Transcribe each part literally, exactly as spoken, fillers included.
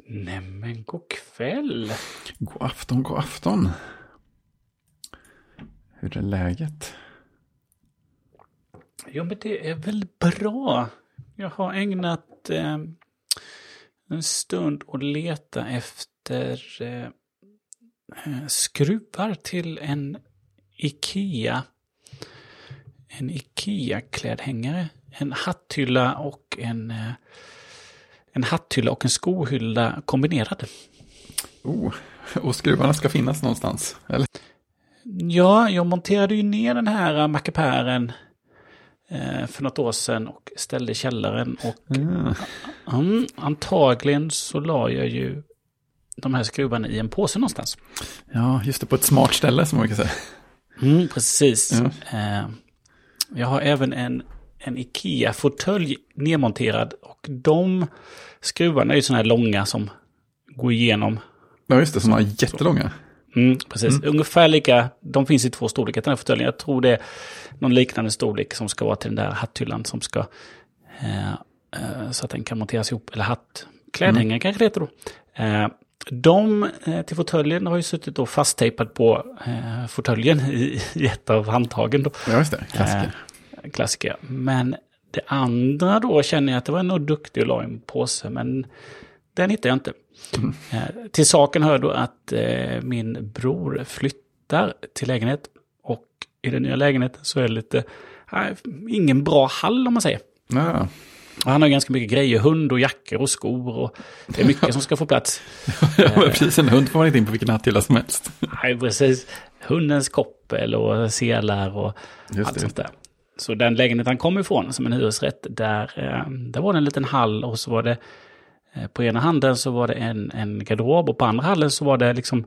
Nämen, god kväll. God afton, god afton. Hur är läget? Jo, men det är väl bra. Jag har ägnat eh, en stund att leta efter eh, skruvar till en Ikea. En Ikea-klädhängare. En hatthylla och en... Eh, En hatthylla och en skohylla kombinerade. Oh, och skruvarna ska finnas någonstans, eller? Ja, jag monterade ju ner den här mackapären eh, för något år sedan och ställde i källaren. Och Mm. um, antagligen så la jag ju de här skruvarna i en påse någonstans. Ja, just det, på ett smart ställe som man kan säga. Mm, precis. Ja. Eh, jag har även en en Ikea-fåtölj nedmonterad och de skruvarna är ju såna här långa som går igenom. Ja, just det, som är jättelånga. Mm, precis, mm. Ungefär lika, de finns i två storlekar den här fåtöljen. Jag tror det är någon liknande storlek som ska vara till den där hatthyllan som ska eh, eh, så att den kan monteras ihop, eller hatt, klädhängare mm. kanske det heter då. Eh, de eh, till fåtöljen har ju suttit då fasttejpad på eh, fåtöljen i, i ett av handtagen då. Ja, just det, klassiker. Eh, klassiker. Men det andra då känner jag att det var nog duktig att la i en påse, men den hittar jag inte. Mm. Eh, till saken hör då att eh, min bror flyttar till lägenhet och i den nya lägenheten så är det lite eh, ingen bra hall om man säger. Ja. Han har ganska mycket grejer, hund och jackor och skor och det är mycket som ska få plats. Ja, precis, en hund får man inte in på vilken hatthylla som helst. Nej, precis. Hundens koppel och selar och just allt det. sånt där. Så den lägenheten han kom ifrån som en hyresrätt, där, där var det en liten hall och så var det på ena handen så var det en, en garderob och på andra hallen så var det liksom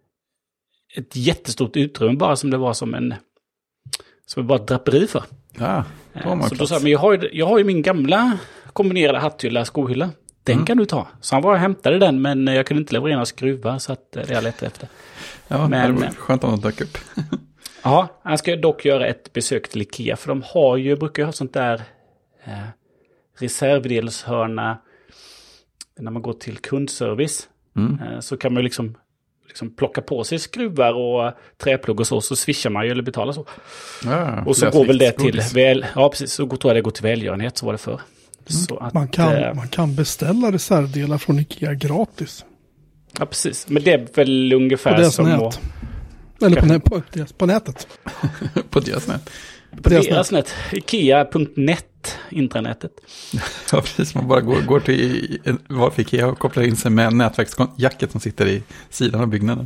ett jättestort utrymme bara som det var som en som bara ett draperi för. Ja, då så då sa jag, men jag har, ju, jag har ju min gamla kombinerade hatthylla, skohylla. Den mm. kan du ta. Så han var och hämtade den, men jag kunde inte leverera några skruvar så att det jag letade efter. Ja, men, det var skönt om de dök upp. Ja, jag ska dock göra ett besök till Ikea. För de har ju, brukar ha sånt där eh, reservdelshörna. När man går till kundservice mm. eh, så kan man liksom, liksom plocka på sig skruvar och träplugg och så. Så swishar man ju eller betalar så. Ja, och så går väl det till väl, ja precis, så tror jag det går till välgörenhet, så var det för. Mm. Så att, man, kan, eh, man kan beställa reservdelar från Ikea gratis. Ja, precis. Men det är väl ungefär på som... Nät. Eller på, nä- på, på nätet. På deras nät. På deras, deras nät. Ikea punkt net, intranätet. Ja, precis. Man bara går, går till varför Ikea och kopplar in sig med nätverksjacket som sitter i sidan av byggnaden.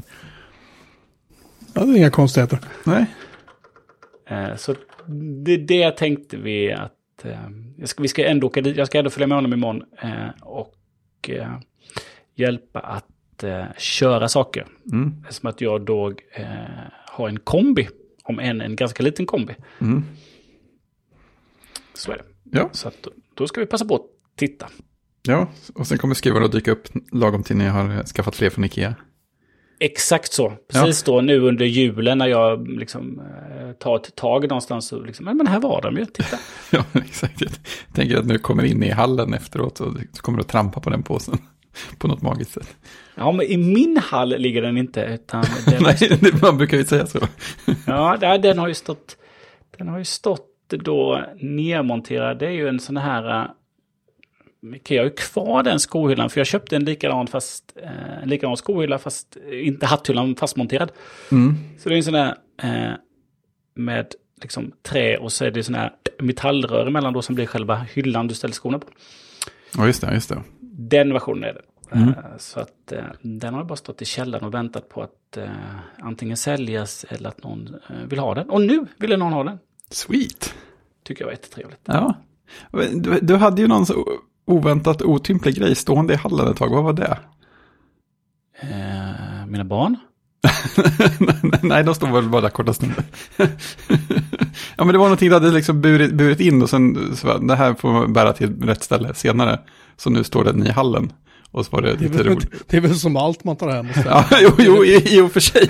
Ja, det är inga konstigheter. Nej. Eh, så det, det tänkte vi att eh, jag ska, vi ska ändå åka dit. Jag ska ändå följa med honom imorgon eh, och eh, hjälpa att eh, köra saker. Mm. Som att jag då eh, har en kombi, om en en ganska liten kombi. Mm. Så är det. Ja. Så att, då ska vi passa på att titta. Ja, och sen kommer skruvarna att dyka upp lagom till när jag har skaffat fler från Ikea. Exakt så. Precis ja. Då nu under julen när jag liksom eh, tar ett tag någonstans så liksom, men här var de ju, titta. Ja, exakt. Jag tänker att nu kommer in i hallen efteråt och så kommer du att trampa på den påsen på något magiskt sätt. Ja, men i min hall ligger den inte utan den nej, stått... man brukar ju säga så. Ja, den har ju stått den har ju stått då nedmonterad. Det är ju en sån här jag har ju kvar den skohyllan för jag köpte en likadan fast eh, en likadan skohylla fast inte hatthyllan fastmonterad. Mm. Så det är en sån här eh, med liksom trä och så är det sån här metallrör emellan då som blir själva hyllan du ställer skorna på. Ja, just det, just det. Den versionen är det. Mm. Uh, så att uh, den har bara stått i källaren och väntat på att uh, antingen säljas eller att någon uh, vill ha den. Och nu ville någon ha den. Sweet. Tycker jag var jättetrevligt. Ja. Du, du hade ju någon så oväntat otymplig grej stående i hallen ett tag. Vad var det? Uh, mina barn? Nej, de stod väl bara där korta stunder. Ja, men det var någonting du hade liksom burit, burit in och sen så det här får man bära till rätt ställe senare. Så nu står den i hallen. Och så var det det lite roligt. Det är väl som allt man tar hem. Ja, jo, jo, i och för sig.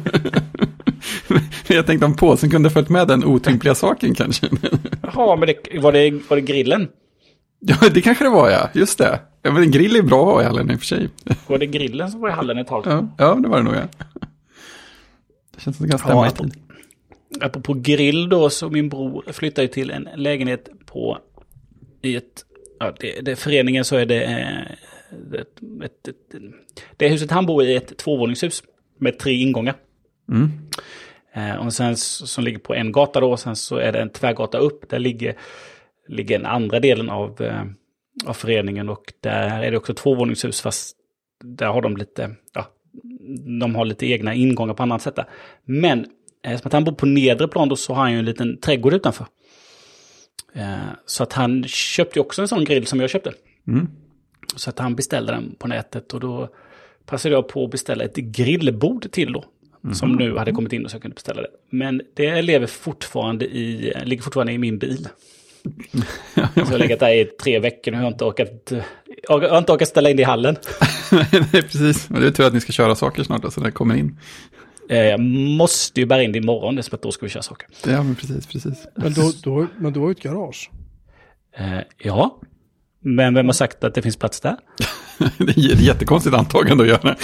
Men jag tänkte om påsen kunde följt med den otympliga saken kanske. Jaha, men det, var, det, var det grillen? Ja, det kanske det var, ja. Just det. Ja, men en grill är bra att ha i hallen i och för sig. Var det grillen som var i hallen ett tag? Ja, ja det var det nog, ja. Det känns som det kan stämma. Ja, apropå grill då, så min bror flyttade till en lägenhet på i ett, ja, det, det föreningen så är det ett, ett, ett, det huset han bor i är ett tvåvåningshus med tre ingångar. Mm. Eh, och sen som ligger på en gata då, och sen så är det en tvärgata upp, där ligger, ligger den andra delen av, eh, av föreningen, och där är det också tvåvåningshus, fast där har de lite, ja, de har lite egna ingångar på annat sätt där. Men eh, som att han bor på nedre plan då, så har han ju en liten trädgård utanför. Eh, så att han köpte ju också en sån grill som jag köpte. Mm. Så att han beställde den på nätet, och då passade jag på att beställa ett grillbord till då. Mm. Som nu hade kommit in och så jag kunde beställa det. Men det lever fortfarande i, ligger fortfarande i min bil. Så jag har legat där i tre veckor och jag har inte orkat, jag har inte orkat ställa in det i hallen. Nej, precis. Men det är tur att ni ska köra saker snart, alltså när det kommer in. Jag måste ju bära in det imorgon, det är som att då ska vi köra saker. Ja, men precis, precis. Men då, då, men du har ju ett garage. Eh, ja, men vem har sagt att det finns plats där? Det är ett jättekonstigt antagande att göra.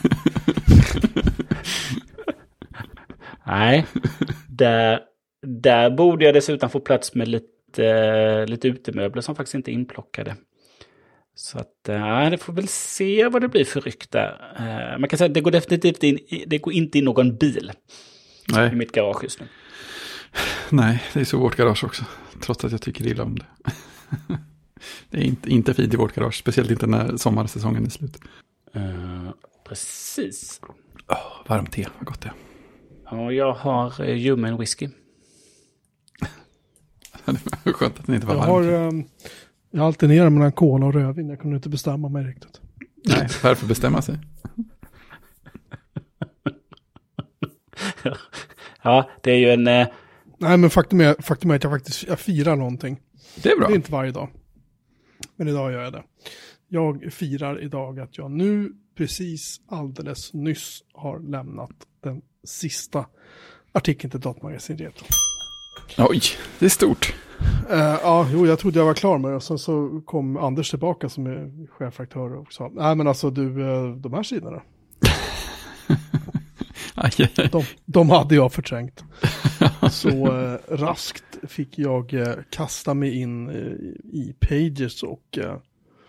Nej, där, där borde jag dessutom få plats med lite, lite utemöbler som faktiskt inte är inplockade. Så att, äh, det får väl se vad det blir för ryck där. Uh, man kan säga att det går definitivt in, det går inte in någon bil. Nej. I mitt garage just nu. Nej, det är så vårt garage också. Trots att jag tycker illa om det. Det är inte, inte fint i vårt garage. Speciellt inte när sommarsäsongen är slut. Uh, precis. Oh, varmt te, vad gott det är. Ja, jag har uh, ljummen whisky. Det är skönt att ni inte var jag varmt. Har, um, jag alternerar mellan cola och rödvin. Jag kunde inte bestämma mig riktigt. Nej, varför bestämma sig? Ja, det är ju en... Uh... Nej, men faktum är, faktum är att jag faktiskt jag firar någonting. Det är bra. Det är inte varje dag. Men idag gör jag det. Jag firar idag att jag nu precis alldeles nyss har lämnat den sista artikeln till Datamagasin Retro. Oj, det är stort. Uh, ja, jo, jag trodde jag var klar med det. Och sen så kom Anders tillbaka som är chefredaktör och sa, nej men alltså du, de här sidorna. Aj, aj, aj. De, de hade jag förträngt. Så uh, raskt fick jag uh, kasta mig in uh, i Pages och uh,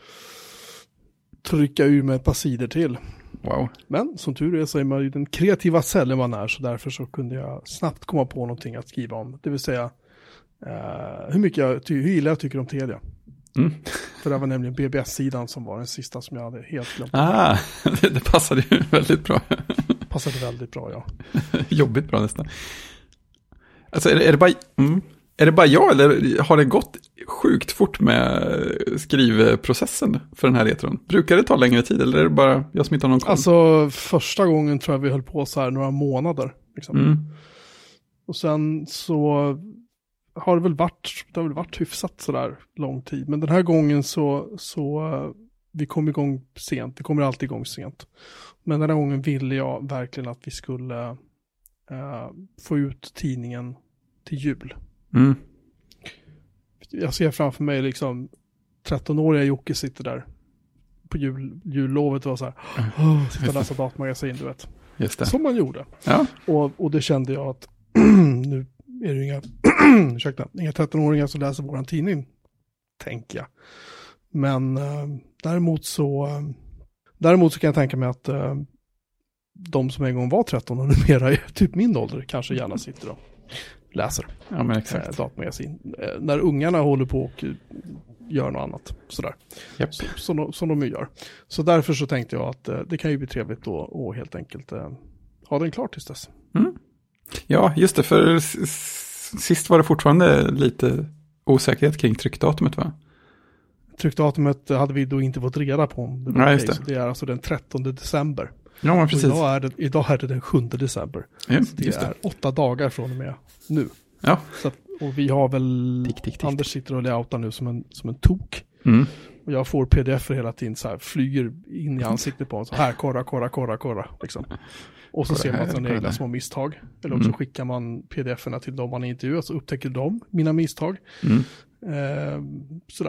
trycka ur med ett par sidor till. Wow. Men som tur är så är man ju den kreativa cellen man är, så därför så kunde jag snabbt komma på någonting att skriva om. Det vill säga uh, hur mycket jag, hur illa jag tycker om Telia. Mm. För det var nämligen B B S-sidan som var den sista som jag hade helt glömt. Ah, det, det passade ju väldigt bra. Passade väldigt bra, ja. Jobbigt bra nästan. Alltså är det, är det bara... Mm. Är det bara jag, eller har det gått sjukt fort med skrivprocessen för den här retron? Brukar det ta längre tid, eller är det bara jag som inte har någon koll? Alltså första gången tror jag vi höll på så här några månader. Liksom. Mm. Och sen så har det väl varit, det har väl varit hyfsat så där lång tid. Men den här gången så, så vi kom igång sent. Vi kommer alltid igång sent. Men den här gången ville jag verkligen att vi skulle uh, få ut tidningen till jul. Mm. Jag ser framför mig liksom tretton-åriga Jocke sitter där på jul, jullovet och var så här, oh, sitter och läser datamagasin, du vet. Just det. Som man gjorde. Ja. Och, och det kände jag att nu är det inga, ursäkta, inga tretton-åringar som läser våran tidning, tänker jag. Men äh, däremot så äh, däremot så kan jag tänka mig att äh, de som en gång var tretton och numera är typ min ålder kanske gärna sitter och läser. Ja, men exakt. Äh, datamagasin. Äh, när ungarna håller på och gör något annat. Sådär. Yep. Så, som, de, som de ju gör. Så därför så tänkte jag att äh, det kan ju bli trevligt då och helt enkelt äh, ha den klar tills dess. Mm. Ja, just det. För s- sist var det fortfarande lite osäkerhet kring tryckdatumet, va? Tryckdatumet hade vi då inte fått reda på. Om det, Nej, just det. Så det är alltså den trettonde december. Ja, men precis. Idag är, det, idag är det den sjunde december. Ja, så det just det. är åtta dagar från och med nu. Ja. Så att, och vi har väl, tick, tick, tick. Anders sitter och layoutar nu som en, som en tok. Mm. Och jag får pdf-er hela tiden så här, flyger in i ansiktet på honom. Så här, korra, korra, korra, korra. Liksom. Och så korra ser man här, sina egna små misstag. Eller också mm. skickar man pdf-erna till dem man intervjuar, så upptäcker de mina misstag. Mm. Eh, sådär.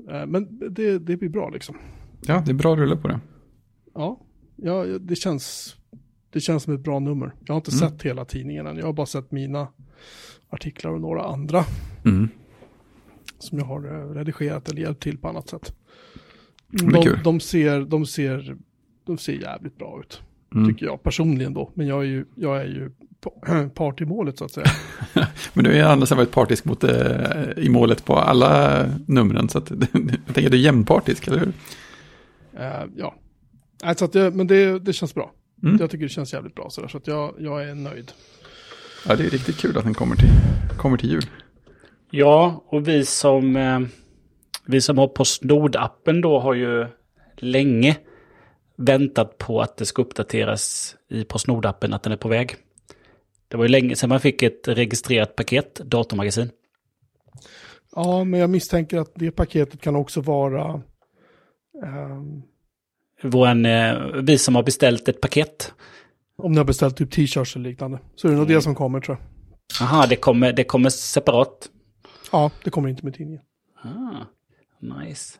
Eh, men det, det blir bra liksom. Ja, det är bra att rulla på det. Ja, ja det, känns, det känns som ett bra nummer. Jag har inte mm. sett hela tidningen än. Jag har bara sett mina artiklar och några andra. Mm. Som jag har redigerat eller hjälpt till på annat sätt. De, de, ser, de, ser, de ser jävligt bra ut. Mm. Tycker jag personligen då. Men jag är ju, jag är ju part i målet så att säga. Men du är annars varit partisk mot, eh, i målet på alla numren. Så att, jag tänker du är jämnpartisk, eller hur? Uh, ja. Alltså att det, men det, det känns bra. Mm. Jag tycker det känns jävligt bra. Så, där, så att jag, jag är nöjd. Ja, det är riktigt kul att den kommer till, kommer till jul. Ja, och vi som, eh, vi som har Postnord-appen då har ju länge väntat på att det ska uppdateras i Postnord-appen att den är på väg. Det var ju länge sedan man fick ett registrerat paket, datormagasin. Ja, men jag misstänker att det paketet kan också vara... Um... Våran, eh, vi som har beställt ett paket. Om ni har beställt typ t-shirts eller liknande. Så är det nog mm. det som kommer, tror jag. Aha, det kommer, det kommer separat. Ja, det kommer inte med tidningen. Ah, nice.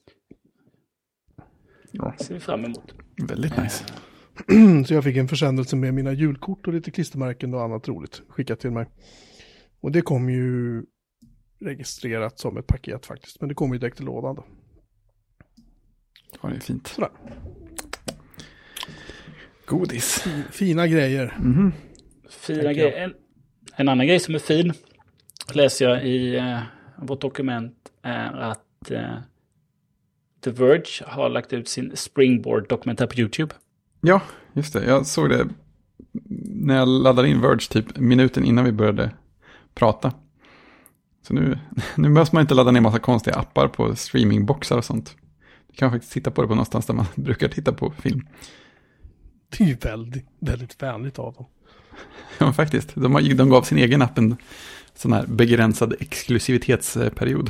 Ja. Det ser vi fram emot. Väldigt nice. Så jag fick en försändelse med mina julkort och lite klistermärken och annat roligt skickat till mig. Och det kom ju registrerat som ett paket faktiskt. Men det kom ju direkt i lådan då. Ja, det är fint. Sådär. Godis. Fina grejer. Mm-hmm. Fina grejer. En, en annan grej som är fin läser jag i eh, vårt dokument är att eh, The Verge har lagt ut sin Springboard-dokumentär på YouTube. Ja, just det. Jag såg det när jag laddade in Verge typ minuten innan vi började prata. Så nu, nu måste man inte ladda ner massa konstiga appar på streamingboxar och sånt. Du kan faktiskt titta på det på någonstans där man brukar titta på film. Det är ju väldigt, väldigt vänligt av dem. Ja, faktiskt. De, har, de gav sin egen app en sån här begränsad exklusivitetsperiod.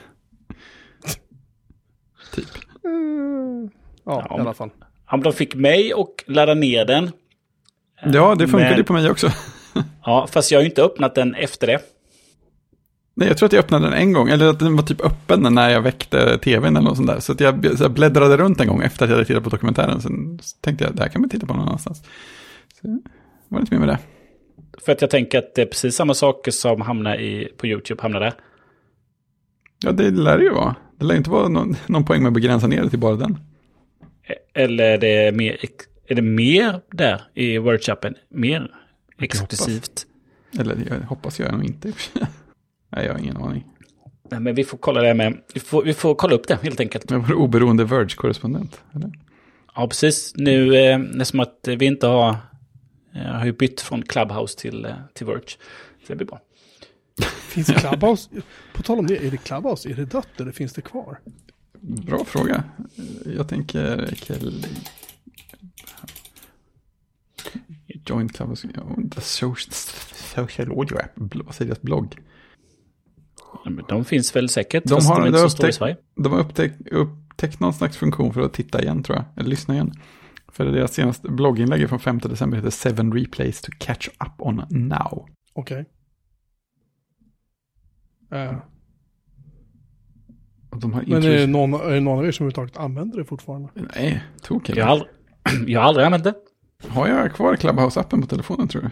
Typ. Mm. Ja, ja, i alla fall. Ja, de fick mig och ladda ner den. Ja, det funkade Men, på mig också. Ja, fast jag har ju inte öppnat den efter det. Nej, jag tror att jag öppnade den en gång. Eller att den var typ öppen när jag väckte tvn eller något sånt där. Så att jag, så jag bläddrade runt en gång efter att jag hade tittat på dokumentären. Sen tänkte jag, det här kan man titta på någon annanstans. Så var det inte mer med det. För att jag tänker att det är precis samma saker som hamnar i, på YouTube hamnar där. Ja, det lär det ju vara. Det lär inte vara någon, någon poäng med att begränsa ner det till bara den. Eller är det mer, är det mer där i Verge-appen? Mer jag exklusivt? Hoppas. Eller jag hoppas jag nog inte. Nej, jag har ingen aning. Nej, men vi får kolla det med. Vi får, vi får kolla upp det helt enkelt. Jag var oberoende Verge-korrespondent, eller? Ja, precis. Nu eh, nästan att vi inte har, eh, har ju bytt från Clubhouse till, eh, till Verge. Så det blir bra. Finns Clubhouse? På tal om det, är det Clubhouse? Är det dött eller finns det kvar? Bra fråga. Jag tänker... Joint Clubhouse. The social, social audio app. Vad säger deras blogg? De finns väl säkert. De har, de, de så upptäckt, i Sverige. de har upptäckt, upptäckt någon slags funktion för att titta igen, tror jag. Eller lyssna igen. För deras senaste blogginlägg från femte december heter Seven Replays to Catch Up on Now. Okej. Okay. Uh. De har Men är det, någon, är det någon av er som överhuvudtaget använder det fortfarande? Nej, tog jag, aldrig, jag har aldrig använt det. Har jag kvar Clubhouse-appen på telefonen, tror du?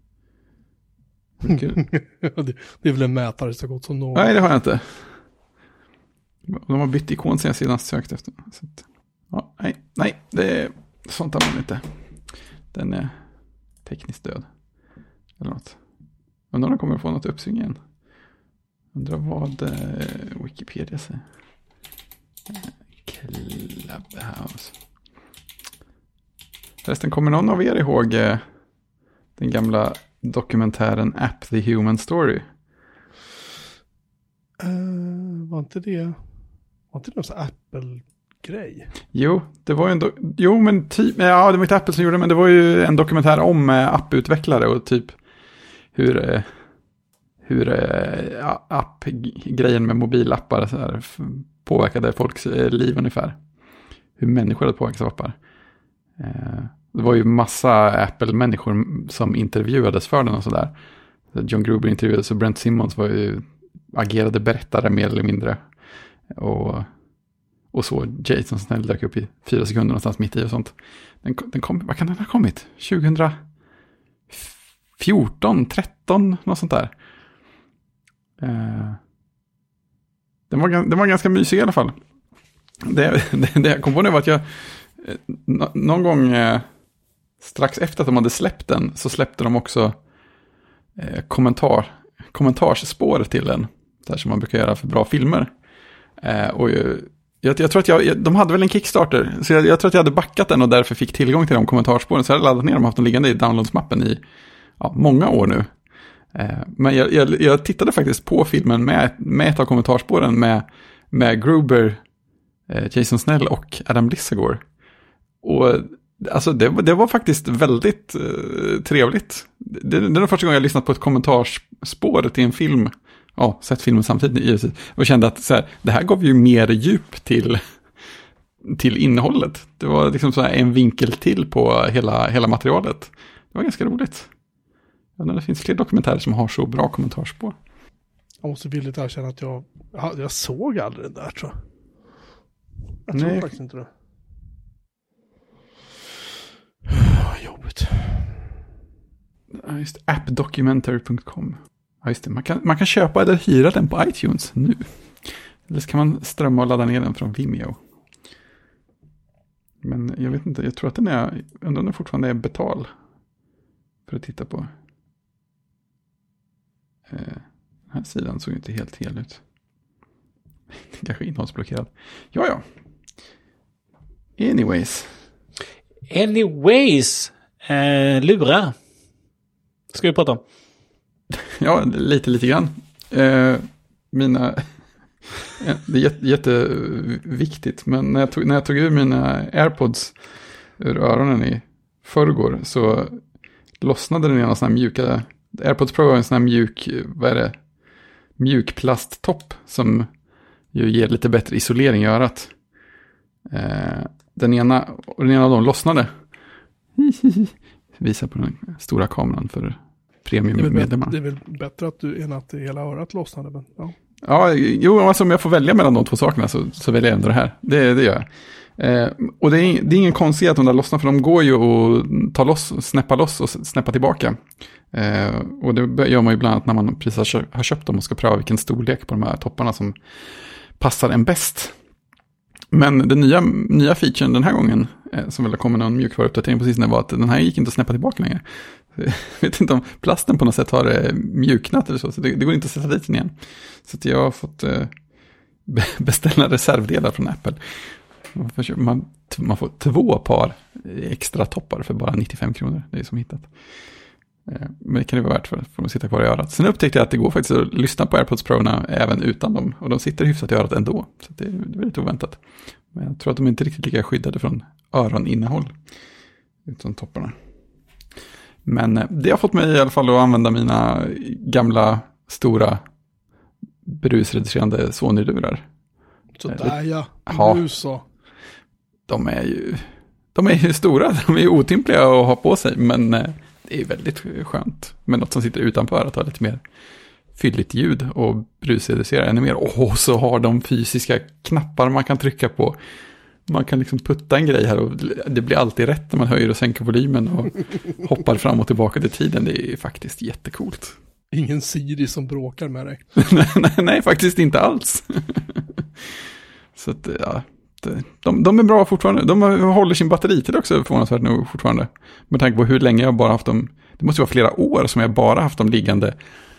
det, det är väl en mätare så gott som någon. Nej, det har jag inte. De har bytt ikon sen jag senast sökt efter. Så att, ja, nej, nej, det är sånt har man inte. Den är tekniskt död. Eller något. Undrar om de kommer få något uppsving igen. Undrar vad eh, Wikipedia säger. Clubhouse. Förresten, kommer någon av er ihåg eh, den gamla dokumentären App the Human Story? Uh, var inte det var inte det någon sån Apple-grej? Jo, det var ju en do- jo, men typ, ja, det var inte Apple som gjorde det, men det var ju en dokumentär om eh, apputvecklare och typ hur eh, hur eh, app-grejen med mobilappar så här, påverkade folks eh, liv ungefär. Hur människor hade påverkats av appar. Eh, det var ju massa Apple-människor som intervjuades för den och sådär. John Gruber intervjuades och Brent Simmons var ju agerade berättare mer eller mindre. Och, och så Jason Snell dök upp i fyra sekunder någonstans mitt i och sånt. Den, den kom, vad kan den ha kommit? tjugofjorton, tretton, något sånt där. Uh, den, var, den var ganska mysig i alla fall. Det, det, det jag kom på nu var att jag n- någon gång eh, strax efter att de hade släppt den så släppte de också eh, kommentar, kommentarsspår till den. Där som man brukar göra för bra filmer. Eh, och jag, jag, jag tror att jag, de hade väl en Kickstarter. Så jag, jag tror att jag hade backat den och därför fick tillgång till de kommentarspåren. Så jag hade laddat ner dem och haft dem liggande i downloadsmappen i ja, många år nu. Eh, men jag, jag, jag tittade faktiskt på filmen med, med ett av kommentarspåren med, med Gruber, eh, Jason Snell och Adam Lissagore. Och alltså det, det var faktiskt väldigt eh, trevligt. Det, det var första gången jag lyssnat på ett kommentarspår till en film. Ja, sett filmen samtidigt och kände att så här, det här gav ju mer djup till, till innehållet. Det var liksom så här en vinkel till på hela, hela materialet. Det var ganska roligt. Ja, det finns fler dokumentärer som har så bra kommentarspår. Jag måste villigt erkänna att jag, jag såg aldrig det där, tror jag. Jag tror Nej. faktiskt inte det. Jobbigt. Ja, just app documentary punkt com. Ja, just det. Man kan, man kan köpa eller hyra den på iTunes nu. Eller så kan man strömma och ladda ner den från Vimeo. Men jag vet inte, jag tror att den är, undrar om den fortfarande är betal för att titta på. Eh, den här sidan såg inte helt hel ut. Kanske innehållsblockerad. Ja, ja. Anyways. Anyways. Eh, lurar. Ska vi prata om? Ja, lite, lite grann. Eh, mina... det är jätte, jätteviktigt, men när jag, tog, när jag tog ur mina AirPods ur öronen i förrgår så lossnade den ena sån här mjuka... AirPods Pro är en sån här mjuk, vad är det? Mjukplasttopp som ju ger lite bättre isolering i örat. Eh, den, ena, och den ena av dem lossnade. Visar på den stora kameran för premiummedlemmar. Det är väl bättre att du än att hela örat lossnade. Men, ja. Ja, jo, alltså om jag får välja mellan de två sakerna så, så väljer jag ändå det här. Det, det gör jag. Eh, och det är, det är ingen konstigt att de där lossnar, för de går ju att ta loss, snäppa loss och snäppa tillbaka. Eh, och det gör man ju bland annat när man precis har köpt dem och ska pröva vilken storlek på de här topparna som passar en bäst. Men den nya, nya featuren den här gången, eh, som väl har kommit någon mjukvaruuppdatering på sistone, var att den här gick inte att snäppa tillbaka längre. Jag vet inte om plasten på något sätt har eh, mjuknat eller så, så det, det går inte att sätta dit den igen. Så att jag har fått eh, beställa reservdelar från Apple. Man får, man, man får två par extra toppar för bara nittiofem kronor. Det är som hittat. Eh, men det kan det vara värt för, för att sitta kvar i örat. Sen upptäckte jag att det går faktiskt att lyssna på AirPods Pro-na även utan dem. Och de sitter hyfsat i örat ändå. Så det, det var lite oväntat. Men jag tror att de är inte riktigt lika skyddade från öroninnehåll utan topparna. Men det har fått mig i alla fall att använda mina gamla, stora, brusreducerande Sony-lurar. Så där ja, ja. Nu så. De är ju de är ju stora, de är ju otympliga att ha på sig, men det är väldigt skönt. Men något som sitter utanför att ha lite mer fylligt ljud och brusreducera ännu mer. Och så har de fysiska knappar man kan trycka på. Man kan liksom putta en grej här och det blir alltid rätt när man höjer och sänker volymen och hoppar fram och tillbaka till tiden. Det är faktiskt jättecoolt. Ingen Siri som bråkar med dig. nej, nej, nej, faktiskt inte alls. Så att, ja, de, de är bra fortfarande. De håller sin batteritid också förvånansvärt nog fortfarande. Med tanke på hur länge jag bara haft dem. Det måste vara flera år som jag bara haft dem liggande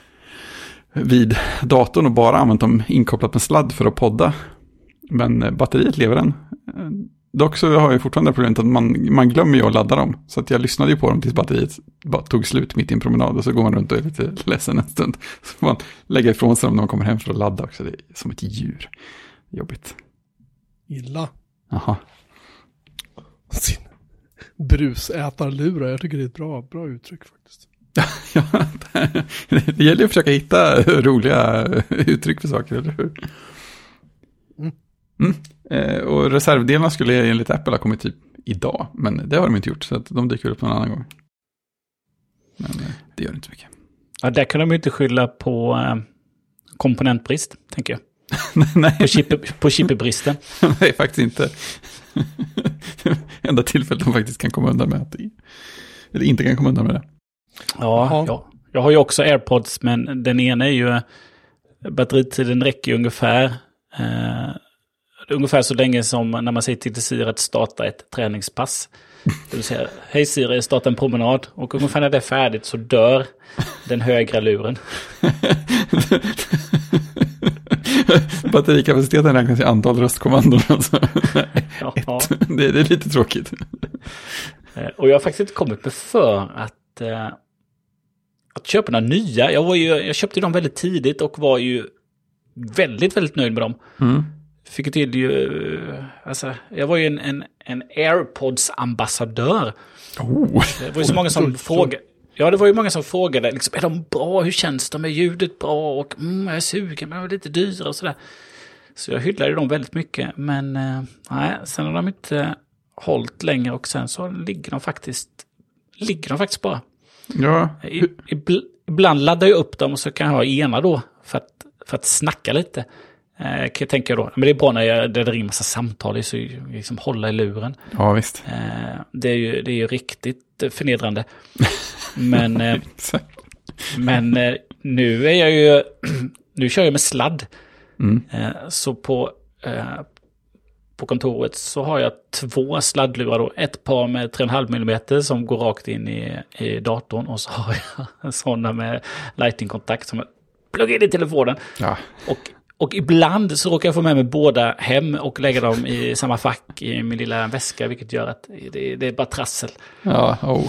vid datorn och bara använt dem inkopplat med sladd för att podda. Men batteriet lever än. Dock så har jag fortfarande problemet att man, man glömmer ju att ladda dem. Så att jag lyssnade ju på dem tills batteriet bara tog slut mitt i en promenad. Och så går man runt och är lite ledsen en stund. Så får man lägga ifrån sig dem när man kommer hem för att ladda också. Det är som ett djur. Jobbigt. Illa. Jaha. Sin brusätarlura. Jag tycker det är ett bra, bra uttryck faktiskt. Ja, det gäller att försöka hitta roliga uttryck för saker, eller hur? Mm. Mm. Eh, och reservdelarna skulle enligt Apple ha kommit typ idag, men det har de inte gjort, så att de dyker upp någon annan gång. Men eh, det gör inte mycket. Ja, där kan de ju inte skylla på eh, komponentbrist, tänker jag. Nej. På, chip, på chipbristen. Nej, faktiskt inte. Enda tillfället de faktiskt kan komma undan med att det, eller inte kan komma undan med det. Ja, ja, jag har ju också AirPods, men den ena är ju, batteritiden räcker ju ungefär eh, ungefär så länge som när man säger till Siri att starta ett träningspass. Det vill säga, hej Siri, starta en promenad. Och ungefär när det är färdigt så dör den högra luren. Batterikapaciteten räknas i antal röstkommandon. Alltså. Ja. det, det är lite tråkigt. Och jag har faktiskt inte kommit med för att, äh, att köpa några nya. Jag, var ju, jag köpte dem väldigt tidigt och var ju väldigt, väldigt nöjd med dem. Mm. Fick till ju, alltså, jag var ju en, en, en AirPods-ambassadör. Oh. Det var ju så många som frågade. Ja, det var ju många som frågade, liksom, är de bra? Hur känns de? Är ljudet bra? Och mm, jag är sugen, men de är lite dyra och sådär. Så jag hyllade dem väldigt mycket. Men eh, nej, sen har de inte eh, hållit längre och sen så ligger de faktiskt, ligger de faktiskt bara. Ja. I, ibl- ibland laddar jag upp dem och så kan jag ha ena då för att, för att snacka lite. Eh, kan jag tänka då. Men det är bra när jag, det ringer massa samtal, så jag liksom hålla i luren. Ja, visst. Eh, det, är ju, det är ju riktigt förnedrande. Men, eh, men eh, nu är jag ju, nu kör jag med sladd. Mm. Eh, så på, eh, på kontoret så har jag två sladdlurar då. Ett par med tre komma fem millimeter som går rakt in i, i datorn. Och så har jag sådana med lightning-kontakt som jag pluggar in i telefonen. Ja. Och Och ibland så råkar jag få med mig båda hem och lägga dem i samma fack i min lilla väska, vilket gör att det, det är bara trassel. Ja, oh.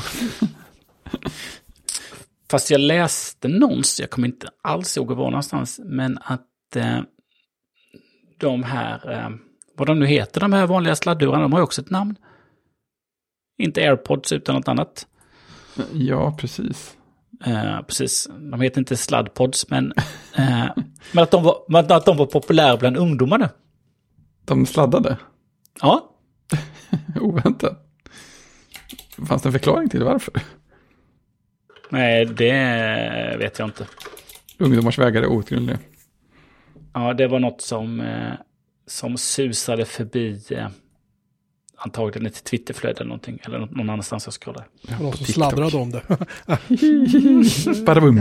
Fast jag läste någonstans, jag kommer inte alls ihåg var någonstans, men att eh, de här, eh, vad de nu heter, de här vanliga sladdurarna, de har ju också ett namn. Inte AirPods utan något annat. Ja, precis. Uh, precis, de heter inte sladdpods, men, uh, men att, de var, att de var populära bland ungdomar nu. De sladdade? Ja. Oväntat. Fanns det en förklaring till varför? Nej, det vet jag inte. Ungdomars vägar är outgrundliga. Ja, det var något som, eh, som susade förbi eh, antagligen ett Twitterflöde eller någonting, eller någon annanstans jag scrollade. Ja, någon som sladdrade om det. Badabum.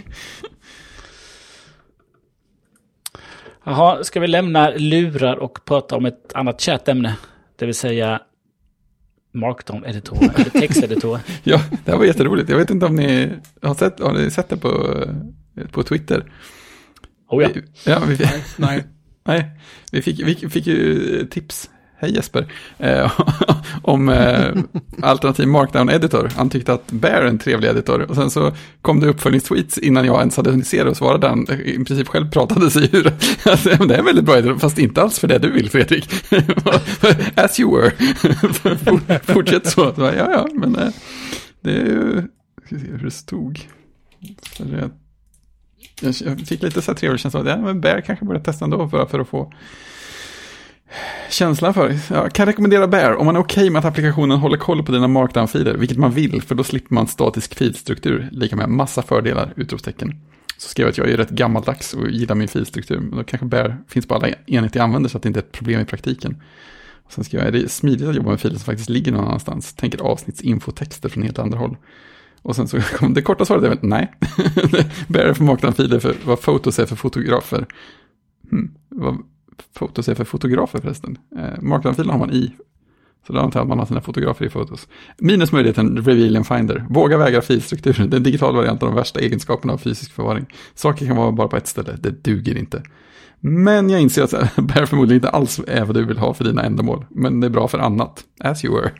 Jaha, ska vi lämna lurar och prata om ett annat kärt ämne? Det vill säga Markdown-editorer eller texteditorer. Ja, det här var jätteroligt. Jag vet inte om ni har sett, har ni sett det på, på Twitter. Oh ja. Vi, ja vi, nej, nej. nej. Vi fick, vi fick ju tips. Hej Jesper. Eh, om eh, alternativ Markdown-editor. Han tyckte att Bear är en trevlig editor. Och sen så kom det uppföljningstweets innan jag ens hade hunnit se det och svarade han. I princip själv pratade sig ur. Alltså, det är en väldigt bra editor, fast inte alls för det du vill, Fredrik. As you were. Fortsätt så. Ja, ja, men eh, det är ju... Ska vi se hur det stod. Så det, jag fick lite så här trevlig känsla. Ja, men Bear kanske borde testa ändå för, för att få... känslan för. Jag kan rekommendera Bear om man är okej med att applikationen håller koll på dina markdown-filer, vilket man vill, för då slipper man statisk filstruktur, lika med massa fördelar, utropstecken. Så skrev jag att jag är rätt gammaldags och gillar min filstruktur, men då kanske Bear finns på alla enheter jag använder så att det inte är ett problem i praktiken. Och sen skrev jag, är det smidigt att jobba med filer som faktiskt ligger någon annanstans? Tänker avsnittsinfotexter från helt andra håll. Och sen så kom det korta svaret, är nej. Bear är för markdown-filer, för vad fotos är för fotografer. Hmm, vad fotos är för fotografer förresten. Eh, Markdown-filen har man i. Så då antar jag att man har sina fotografer i fotos. Minus möjligheten Reveal and Finder. Våga vägra filstrukturen. Den digitala varianten av de värsta egenskaperna av fysisk förvaring. Saker kan vara bara på ett ställe. Det duger inte. Men jag inser att Bear förmodligen inte alls är vad du vill ha för dina ändamål. Men det är bra för annat. As you were.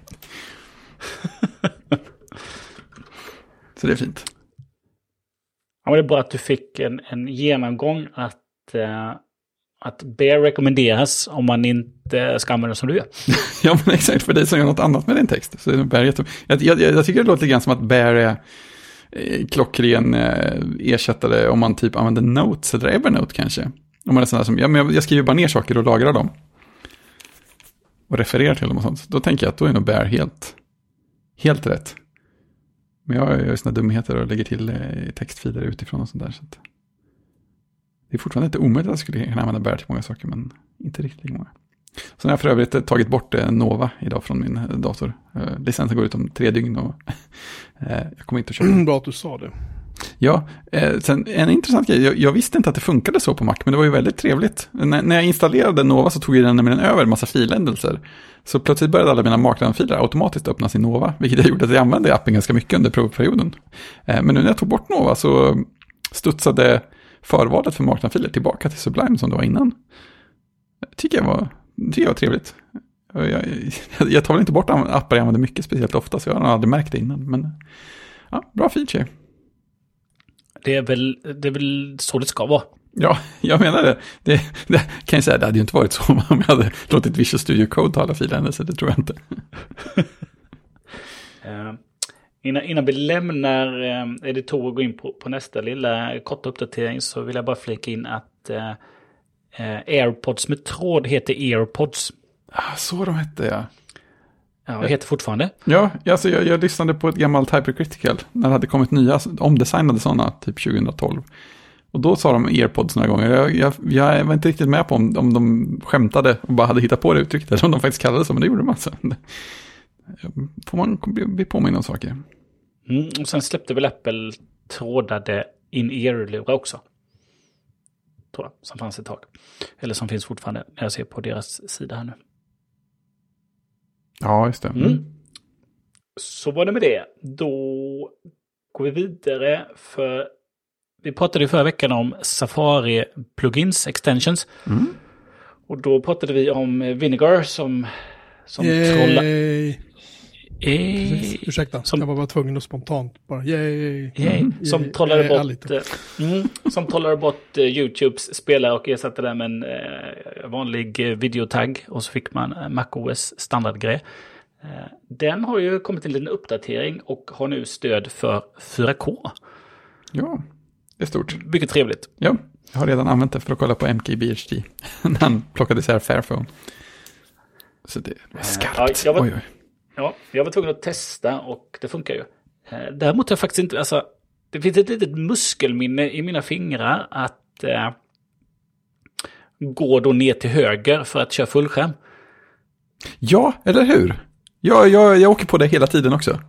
Så det är fint. Ja, men det är bra att du fick en, en genomgång att... Uh... Att Bear rekommenderas om man inte ska använda som du gör. Ja, men exakt, för dig som gör något annat med din text. Så är Bear jätte... jag, jag, jag tycker det låter lite grann som att Bear är eh, klockren eh, ersättare om man typ använder Notes eller Evernote kanske. Om man är sån här som, ja, men jag, jag skriver bara ner saker och lagrar dem. Och refererar till dem och sånt. Då tänker jag att då är nog Bear helt, helt rätt. Men jag gör såna dumheter och lägger till eh, textfiler utifrån och sånt där. Så att... Det är fortfarande inte omöjligt att jag skulle kunna använda Bear till många saker, men inte riktigt lika många. Så har jag för övrigt tagit bort Nova idag från min dator. Licensen går ut om tre dygn och jag kommer inte att köra. Bra att du sa det. Ja, sen en intressant grej. Jag, jag visste inte att det funkade så på Mac, men det var ju väldigt trevligt. N- när jag installerade Nova så tog jag den nämligen över en massa filändelser. Så plötsligt började alla mina Markdown-filer automatiskt öppnas i Nova, vilket jag gjorde att jag använde appen ganska mycket under provperioden. Men nu när jag tog bort Nova så studsade förvalet för Markdown-filer tillbaka till Sublime som det var innan. Tycker jag var, tycker jag var trevligt. Jag, jag, jag tar väl inte bort appar jag använder mycket speciellt ofta, så jag har aldrig märkt det innan. Men ja, bra feature. Det är väl, det är väl så det ska vara. Ja, jag menar det. Det, det kan jag säga, det hade ju inte varit så om jag hade låtit Visual Studio Code ta alla filer, så det tror jag inte. uh, innan, innan vi lämnar uh, editor och går in på, på nästa lilla korta uppdatering, så vill jag bara flika in att uh, uh, AirPods med tråd heter AirPods. Ah, så de hette, ja. Ja, det heter fortfarande. Ja, alltså jag, jag lyssnade på ett gammalt Hypercritical när det hade kommit nya omdesignade sådana, typ tjugohundratolv. Och då sa de AirPods några gånger. Jag, jag, jag var inte riktigt med på om, om de skämtade och bara hade hittat på det uttrycket, eller om de faktiskt kallade det så, men det gjorde de alltså. Får man bli, bli påminn om saker. Mm, och sen släppte väl Apple trådade in-ear-lurar också. Tror jag, som fanns ett tag. Eller som finns fortfarande när jag ser på deras sida här nu. Ja, just det. Mm. Mm. Så var det med det. Då går vi vidare, för vi pratade i förra veckan om Safari plugins, extensions. Mm. Och då pratade vi om Vinegar som, som trollar. Precis, ursäkta, som, jag var bara tvungen att spontant bara yay, yay, mm, som yay, trollade yay, bort mm, som trollade bort uh, YouTubes spelare och ersatte det med en uh, vanlig uh, videotagg, och så fick man uh, macOS standardgrej. Uh, den har ju kommit till en uppdatering och har nu stöd för fyra K. Ja, det är stort. Mycket trevligt. Ja, jag har redan använt det för att kolla på M K B H D när han plockade isär Fairphone. Så det var skarpt. Uh, ja, jag var... Oj, oj. Ja, jag var tvungen att testa och det funkar ju. Däremot har jag faktiskt inte, alltså, det finns ett litet muskelminne i mina fingrar att eh, gå då ner till höger för att köra fullskärm. Ja, eller hur? Jag, jag, jag åker på det hela tiden också.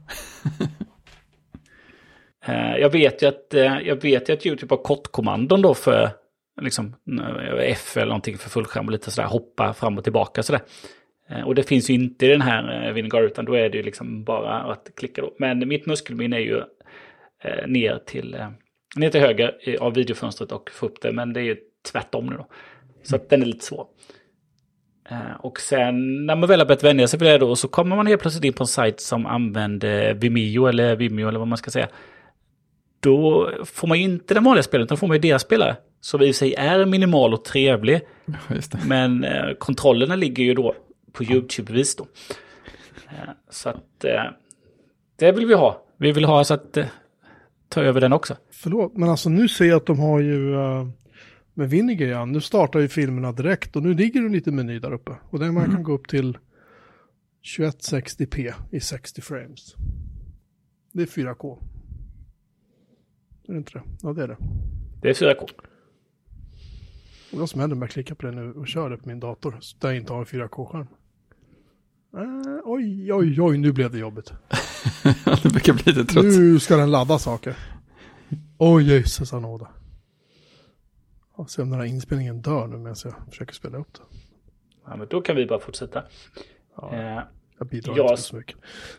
eh, jag vet ju att, eh, jag vet ju att YouTube har kortkommandon då för liksom, F eller någonting för fullskärm och lite sådär, hoppa fram och tillbaka sådär. Och det finns ju inte i den här Vinegar, utan då är det ju liksom bara att klicka då. Men mitt muskelminne är ju eh, ner, till, eh, ner till höger av videofönstret och få upp det. Men det är ju tvärtom nu då. Så att den är lite svår. Eh, och sen när man väl har börjat vänja sig på det då, så kommer man helt plötsligt in på en sajt som använder Vimeo eller Vimeo eller vad man ska säga. Då får man ju inte den vanliga spelaren, utan får man ju deras spelare. Som i sig är minimal och trevlig. Just det. Men eh, kontrollerna ligger ju då på YouTube-vis då. Så att eh, det vill vi ha. Vi vill ha så att eh, ta över den också. Förlåt, men alltså nu ser jag att de har ju uh, med Vinegar igen. Nu startar ju filmerna direkt och nu ligger det en liten meny där uppe. Och där man mm. kan gå upp till tjugoett sextio p i sextio frames. Det är fyra K. Är det inte det? Ja, det är det. Det är fyra K. Och vad som händer med att klicka på det nu och köra det på min dator där jag inte har en fyra K-skärm. Uh, oj, oj, oj, nu blev det jobbigt. Det brukar bli det trots. Nu ska den ladda saker. Oj, Jesus anåda. Jag ser om den här inspelningen dör nu medan jag försöker spela upp det. Ja, men då kan vi bara fortsätta. Ja, uh, jag bidrar jag... inte så mycket.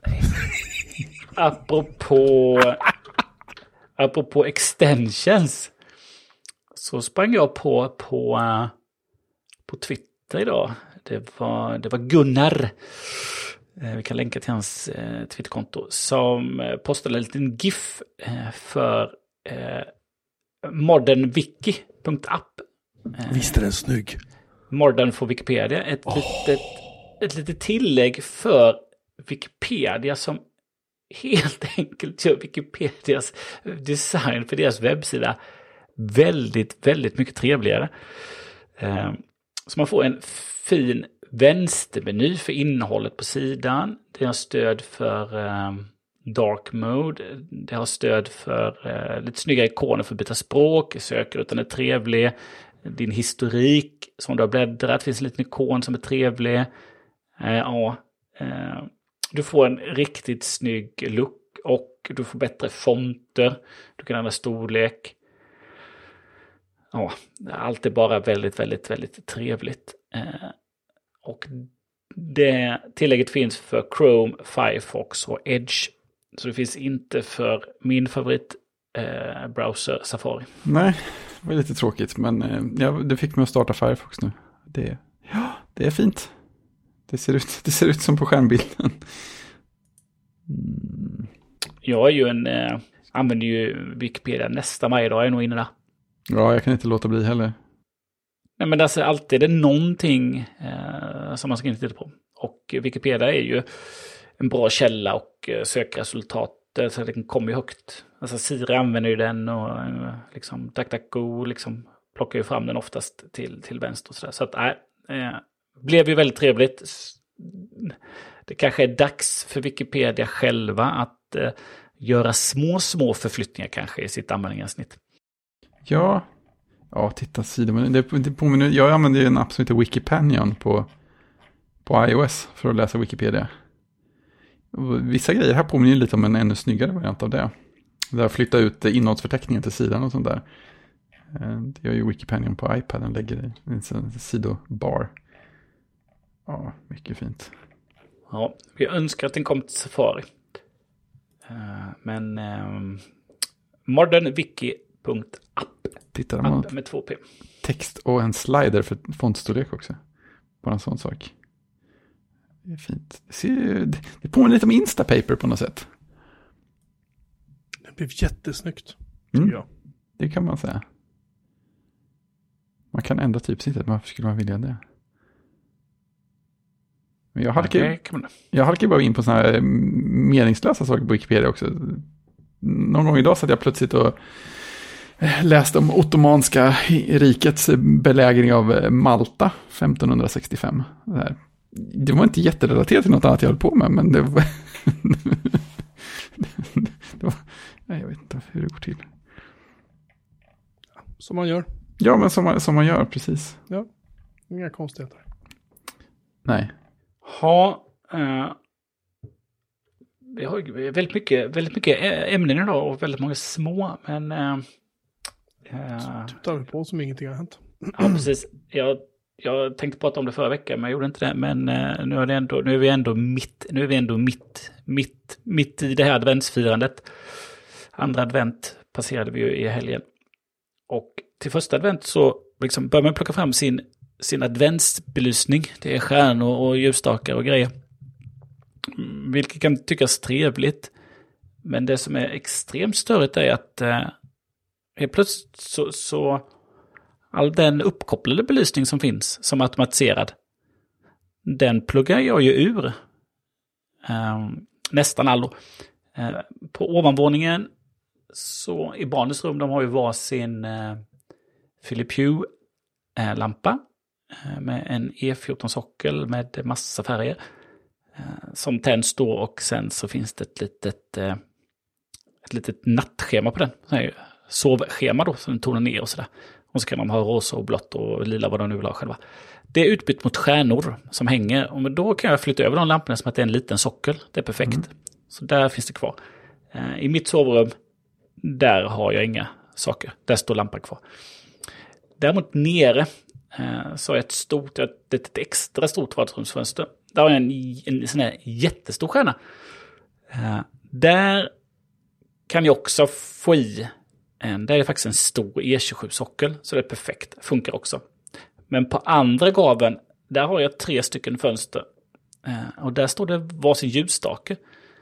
apropå, apropå extensions. Så sprang jag på, på, uh, på Twitter idag. Det var, det var Gunnar, eh, vi kan länka till hans eh, Twitterkonto, som eh, postade en liten GIF eh, för eh, modernwiki punkt app. Eh, Visst är den snygg? Modern för Wikipedia. Ett, oh. litet, ett litet tillägg för Wikipedia som helt enkelt gör Wikipedias design för deras webbsida väldigt, väldigt mycket trevligare. Eh, så man får en fin vänstermeny för innehållet på sidan. Det har stöd för eh, Dark Mode. Det har stöd för eh, lite snygga ikoner för att byta språk. Sökrutan är trevlig. Din historik som du har bläddrat. Det finns en liten ikon som är trevlig. Eh, ja, eh, du får en riktigt snygg look. Och du får bättre fonter. Du kan ändra storlek. Ja, allt är bara väldigt, väldigt, väldigt trevligt. Eh, och det tillägget finns för Chrome, Firefox och Edge. Så det finns inte för min favorit eh, browser Safari. Nej, det var lite tråkigt. Men eh, ja, det fick mig att starta Firefox nu. Det, ja, det är fint. Det ser ut, det ser ut som på skärmbilden. Mm. Jag är ju en, eh, använder ju Wikipedia nästa maj. Då är jag nog inne där. Ja, jag kan inte låta bli heller. Nej, men alltså, alltid är det någonting eh, som man ska inte titta på. Och Wikipedia är ju en bra källa och eh, sökresultat. Så det kommer ju högt. Alltså Siri använder ju den och eh, liksom DuckDuckGo liksom plockar ju fram den oftast till, till vänster och sådär. Så att nej, eh, blev ju väldigt trevligt. Det kanske är dags för Wikipedia själva att eh, göra små, små förflyttningar kanske i sitt användningssnitt. Ja, ja, titta sidor. Men det, det påminner, jag använder ju en app som heter Wikipanion på, på iOS för att läsa Wikipedia. Och vissa grejer här påminner lite om en ännu snyggare variant av det. Där flytta ut innehållsförteckningen till sidan och sånt där. Det gör ju Wikipanion på iPaden, lägger i en sidobar. Ja, mycket fint. Ja, vi önskar att den kom till Safari. Men um, modernwiki punkt app. Tittar man med två p. Text och en slider för fontstorlek också. Bara en sån sak. Det är fint. Det, ser, det, det påminner lite om Instapaper på något sätt. Det blev jättesnyggt. Mm, jag. Det kan man säga. Man kan ändra typsnittet, men varför skulle man vilja det? Men jag halkar, okay, jag halkar bara in på såna här meningslösa saker på Wikipedia också. Någon gång idag satt jag plötsligt och läste om ottomanska rikets belägring av Malta femtonhundrasextiofem. Det, det var inte jätterelaterat till något annat jag höll på med, men det var... det var jag vet inte hur det går till. Som man gör. Ja, men som man, som man gör, precis. Ja, inga konstigheter. Nej. Ha, uh, vi har väldigt mycket, väldigt mycket ämnen idag och väldigt många små, men... Uh, uh, du tar på som ingenting har hänt. Ja, precis. Jag, jag tänkte prata om det förra veckan, men jag gjorde inte det. Men uh, nu, är det ändå, nu är vi ändå mitt, nu är vi ändå mitt, mitt, mitt i det här adventsfirandet. Andra advent passerade vi ju i helgen. Och till första advent så liksom börjar man plocka fram sin, sin adventsbelysning. Det är stjärnor och ljusstakar och grejer. Vilket kan tyckas trevligt. Men det som är extremt störigt är att eh, plötsligt så, så all den uppkopplade belysning som finns som automatiserad, den pluggar jag ju ur. Eh, nästan all. Eh, på ovanvåningen så i barnens rum, de har ju varsin eh, Philips Hue-lampa eh, med en E fjorton-sockel med massa färger eh, som tänds då, och sen så finns det ett litet, eh, ett litet nattschema på den. Så här, sovschema då, som den tonar ner och sådär. Och så kan de ha rosa och blått och lila, vad de nu vill ha själva. Det är utbytt mot stjärnor som hänger, och då kan jag flytta över de lamporna som att det är en liten sockel. Det är perfekt. Mm. Så där finns det kvar. Eh, I mitt sovrum, där har jag inga saker. Där står lampan kvar. Däremot nere eh, så har jag ett stort, ett, ett extra stort vardagsrumsfönster. Där har jag en, en sån här jättestor stjärna. Eh, där kan jag också få i en, där är faktiskt en stor E tjugosju-sockel. Så det är perfekt. Funkar också. Men på andra gaven, där har jag tre stycken fönster. Eh, och där står det varsin ljusstake.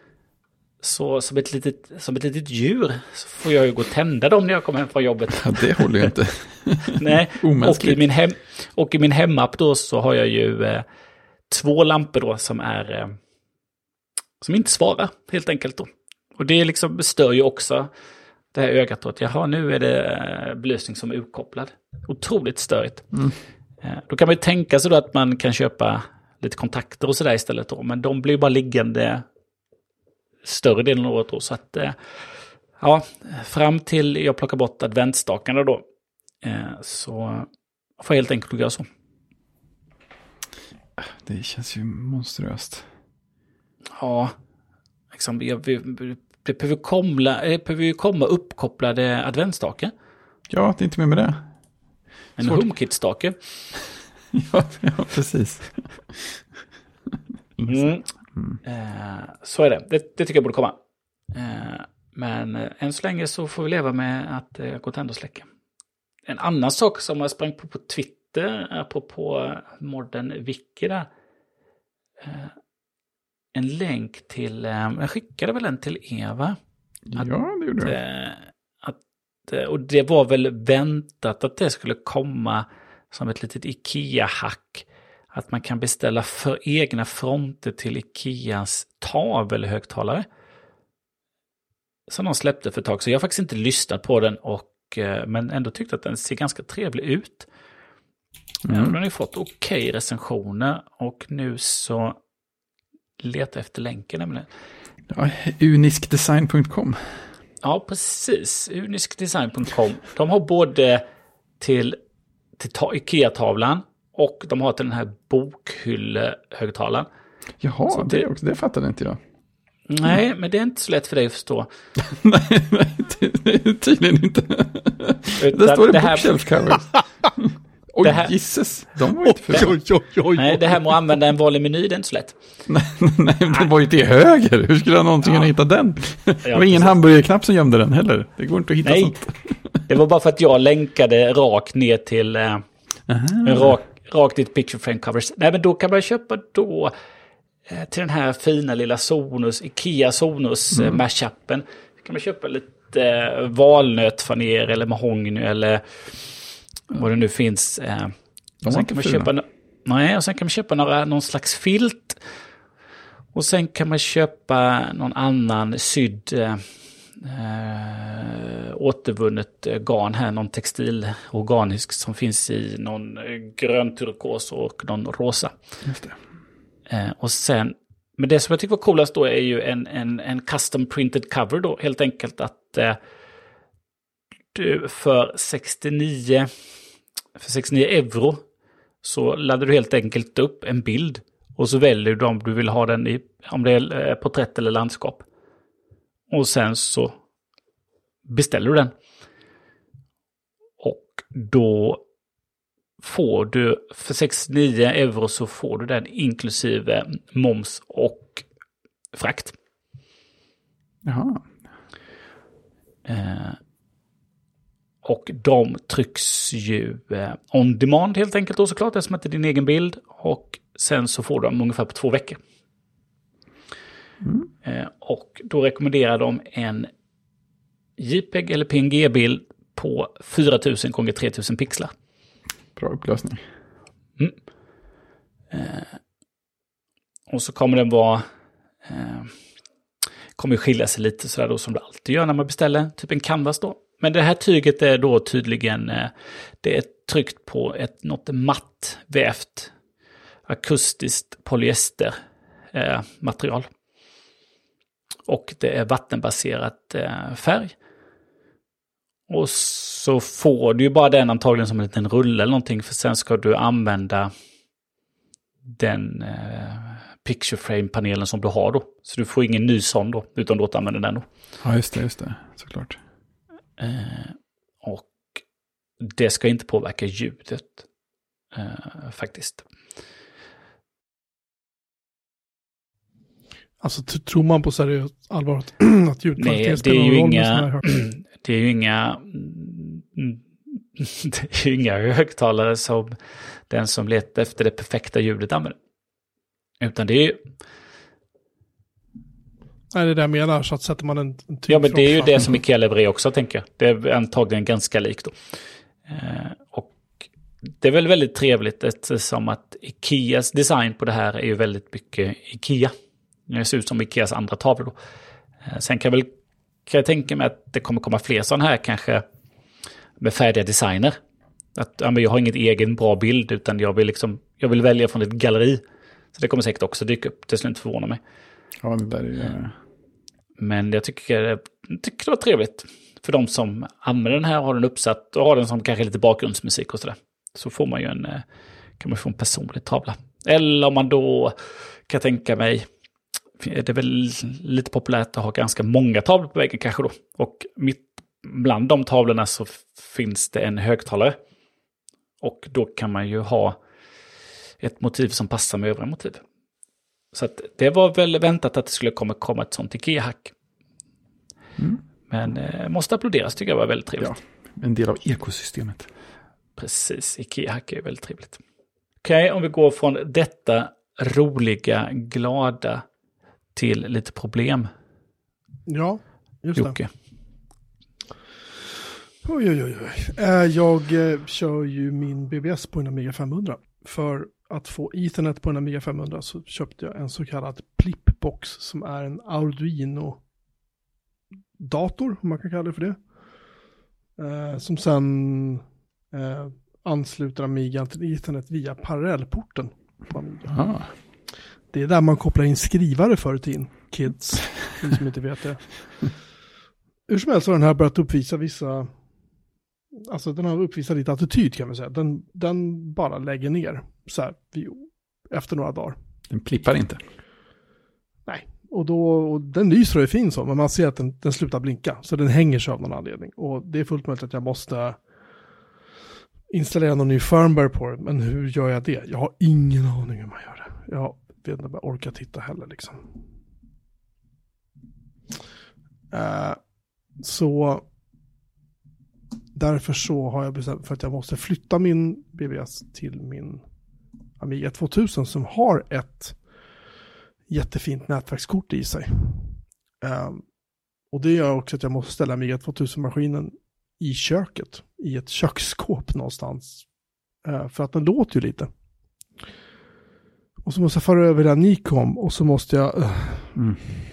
Så som ett, litet, som ett litet djur så får jag ju gå och tända dem när jag kommer hem från jobbet. Ja, det håller ju inte. Nej, och i, min hem, och i min hemapp då så har jag ju eh, två lampor då som är eh, som inte svarar helt enkelt då. Och det liksom stör ju också det här ögat då, att jaha, nu är det eh, belysning som är ukopplad. Otroligt störigt. Mm. Eh, då kan man ju tänka sig då att man kan köpa lite kontakter och sådär istället då, men de blir ju bara liggande större delen av året då. Så att, eh, ja, fram till jag plockar bort adventsstakarna då. Eh, så får jag helt enkelt göra så. Det känns ju monstruöst. Ja, liksom, jag, vi, det behöver komma, det behöver komma uppkopplade adventsstake. Ja, det är inte mer med det. En Svårt. HomeKit-stake. ja, ja, precis. Mm. Mm. Eh, så är det. det. Det tycker jag borde komma. Eh, men eh, än så länge så får vi leva med att det eh, går ändå släcka. En annan sak som jag sprang på på Twitter, apropå Modern Wiki där. Eh, en länk till, eh, jag skickade väl en till Eva. Att, ja, det gjorde jag. Eh, att, eh, och det var väl väntat att det skulle komma som ett litet IKEA-hack. Att man kan beställa för egna fronter till Ikeas tavelhögtalare. Som de släppte för ett tag. Så jag har faktiskt inte lyssnat på den. Och, men ändå tyckte att den ser ganska trevlig ut. Mm. Den har ju fått okej okay recensioner. Och nu så letar efter länken nämligen. Ja, uniskdesign punkt com. Ja, precis. uniskdesign punkt com. De har både till, till ta- Ikea-tavlan. Och de har till den här bokhyllehögtalaren. Jaha, så det, det, också, det fattade inte jag. Nej, men det är inte så lätt för dig att förstå. nej, nej, tydligen inte. Utan det står det bookshelf covers. Oj, här... gisses. De var inte för oj, oj, oj, oj. Nej, det här med att använda en vanlig meny, det är inte så lätt. nej, nej, det var ju till höger. Hur skulle jag någonsin ja. kunna hitta den? Det var ingen hamburgerknapp som gömde den heller. Det går inte att hitta nej. sånt. Det var bara för att jag länkade rakt ner till... Eh, rak, rakt till picture frame covers. Nej, men då kan man köpa då eh, till den här fina lilla Sonos, Ikea Sonos mm. eh, mashupen. Kan man köpa lite eh, valnötfaner eller mahogny eller mm. vad det nu finns. Eh. Och sen kan man köpa no- nej, och sen kan man köpa några, någon slags filt. Och sen kan man köpa någon annan sydd eh, Eh, återvunnet garn här, någon textil organisk som finns i någon grön turkos och någon rosa. Just det. Eh, och sen, men det som jag tycker var coolast då är ju en, en, en custom printed cover då, helt enkelt att eh, du för sextionio för sextionio euro så laddar du helt enkelt upp en bild och så väljer du om du vill ha den i, om det är porträtt eller landskap. Och sen så beställer du den. Och då får du för sextionio euro så får du den inklusive moms och frakt. Jaha. Eh, och de trycks ju eh, on demand helt enkelt då såklart. Det är som att det är din egen bild. Och sen så får du dem ungefär på två veckor. Mm. Eh, och då rekommenderar de en JPEG eller P N G-bild på fyra tusen gånger tre tusen pixlar. Bra upplösning. Mm. Eh, och så kommer den vara eh, kommer skilja sig lite sådär då som det alltid gör när man beställer typ en canvas då. Men det här tyget är då tydligen eh, det är tryckt på ett något matt vävt akustiskt polyester eh, material. Och det är vattenbaserat eh, färg. Och så får du ju bara den antagligen som en liten rulle eller någonting. För sen ska du använda den eh, picture frame-panelen som du har då. Så du får ingen ny sån då, utan du återanvänder den då. Ja, just det, just det. Såklart. Eh, och det ska inte påverka ljudet eh, faktiskt. Alltså t- tror man på seriöst allvar att, att ljudkvaliteten spelar någon roll? Inga, det är ju inga det är ju inga högtalare som den som letar efter det perfekta ljudet använder. Utan det är ju nej, det är det jag menar, så att sätter man en, en typ ja, men det är ju det som Ikea levererar också, tänker jag. Det är antagligen ganska likt då. Eh, och det är väl väldigt trevligt eftersom att Ikeas design på det här är ju väldigt mycket Ikea. Det ser ut som Ikeas andra tavlor då. Sen kan, väl, kan jag tänka mig att det kommer komma fler sådana här kanske med färdiga designer. Att ja, men jag har inget egen bra bild utan jag vill, liksom, jag vill välja från ett galleri. Så det kommer säkert också dyka upp, det skulle inte förvåna mig. Ja, det där är ju Men jag tycker, tycker det var trevligt för de som använder den här, har den uppsatt och har den som kanske lite bakgrundsmusik och sådär. Så får man ju en, kan man få en personlig tavla. Eller om man då kan tänka mig, det är väl lite populärt att ha ganska många tavlor på väggen kanske då. Och mitt, bland de tavlorna så finns det en högtalare. Och då kan man ju ha ett motiv som passar med övriga motiv. Så att det var väl väntat att det skulle komma, komma ett sånt IKEA-hack. Mm. Men eh, måste applåderas, tycker jag var väldigt trevligt. Ja, en del av ekosystemet. Precis, IKEA-hack är väldigt trevligt. Okej, okay, om vi går från detta roliga, glada till lite problem. Ja, just det. Jocke. Oj, oj, oj. Jag kör ju min B B S på en Amiga femhundra. För att få Ethernet på en Amiga femhundra så köpte jag en så kallad Plipbox som är en Arduino-dator, om man kan kalla det för det. Eh, som sen eh, ansluter Amiga till Ethernet via parallellporten på Amiga. Aha. Det är där man kopplar in skrivare förr i tiden, kids, ni som inte vet det. Hur som helst har den här börjat uppvisa vissa, alltså den har uppvisat lite attityd kan man säga. Den, den bara lägger ner så här efter några dagar. Den plippar inte. Nej, och då, och den lyser ju fin så, men man ser att den, den slutar blinka. Så den hänger sig av någon anledning. Och det är fullt möjligt att jag måste installera någon ny firmware på det. Men hur gör jag det? Jag har ingen aning hur man gör det. Jag vet inte om jag orkar titta heller liksom. Uh, så därför så har jag bestämt för att jag måste flytta min B B S till min Amiga tvåtusen som har ett jättefint nätverkskort i sig. Um, och det gör också att jag måste ställa Amiga tvåtusen-maskinen i köket, i ett köksskåp någonstans. Uh, för att den låter ju lite. Och så måste jag föra över den Nikom och så måste jag... Uh, mm.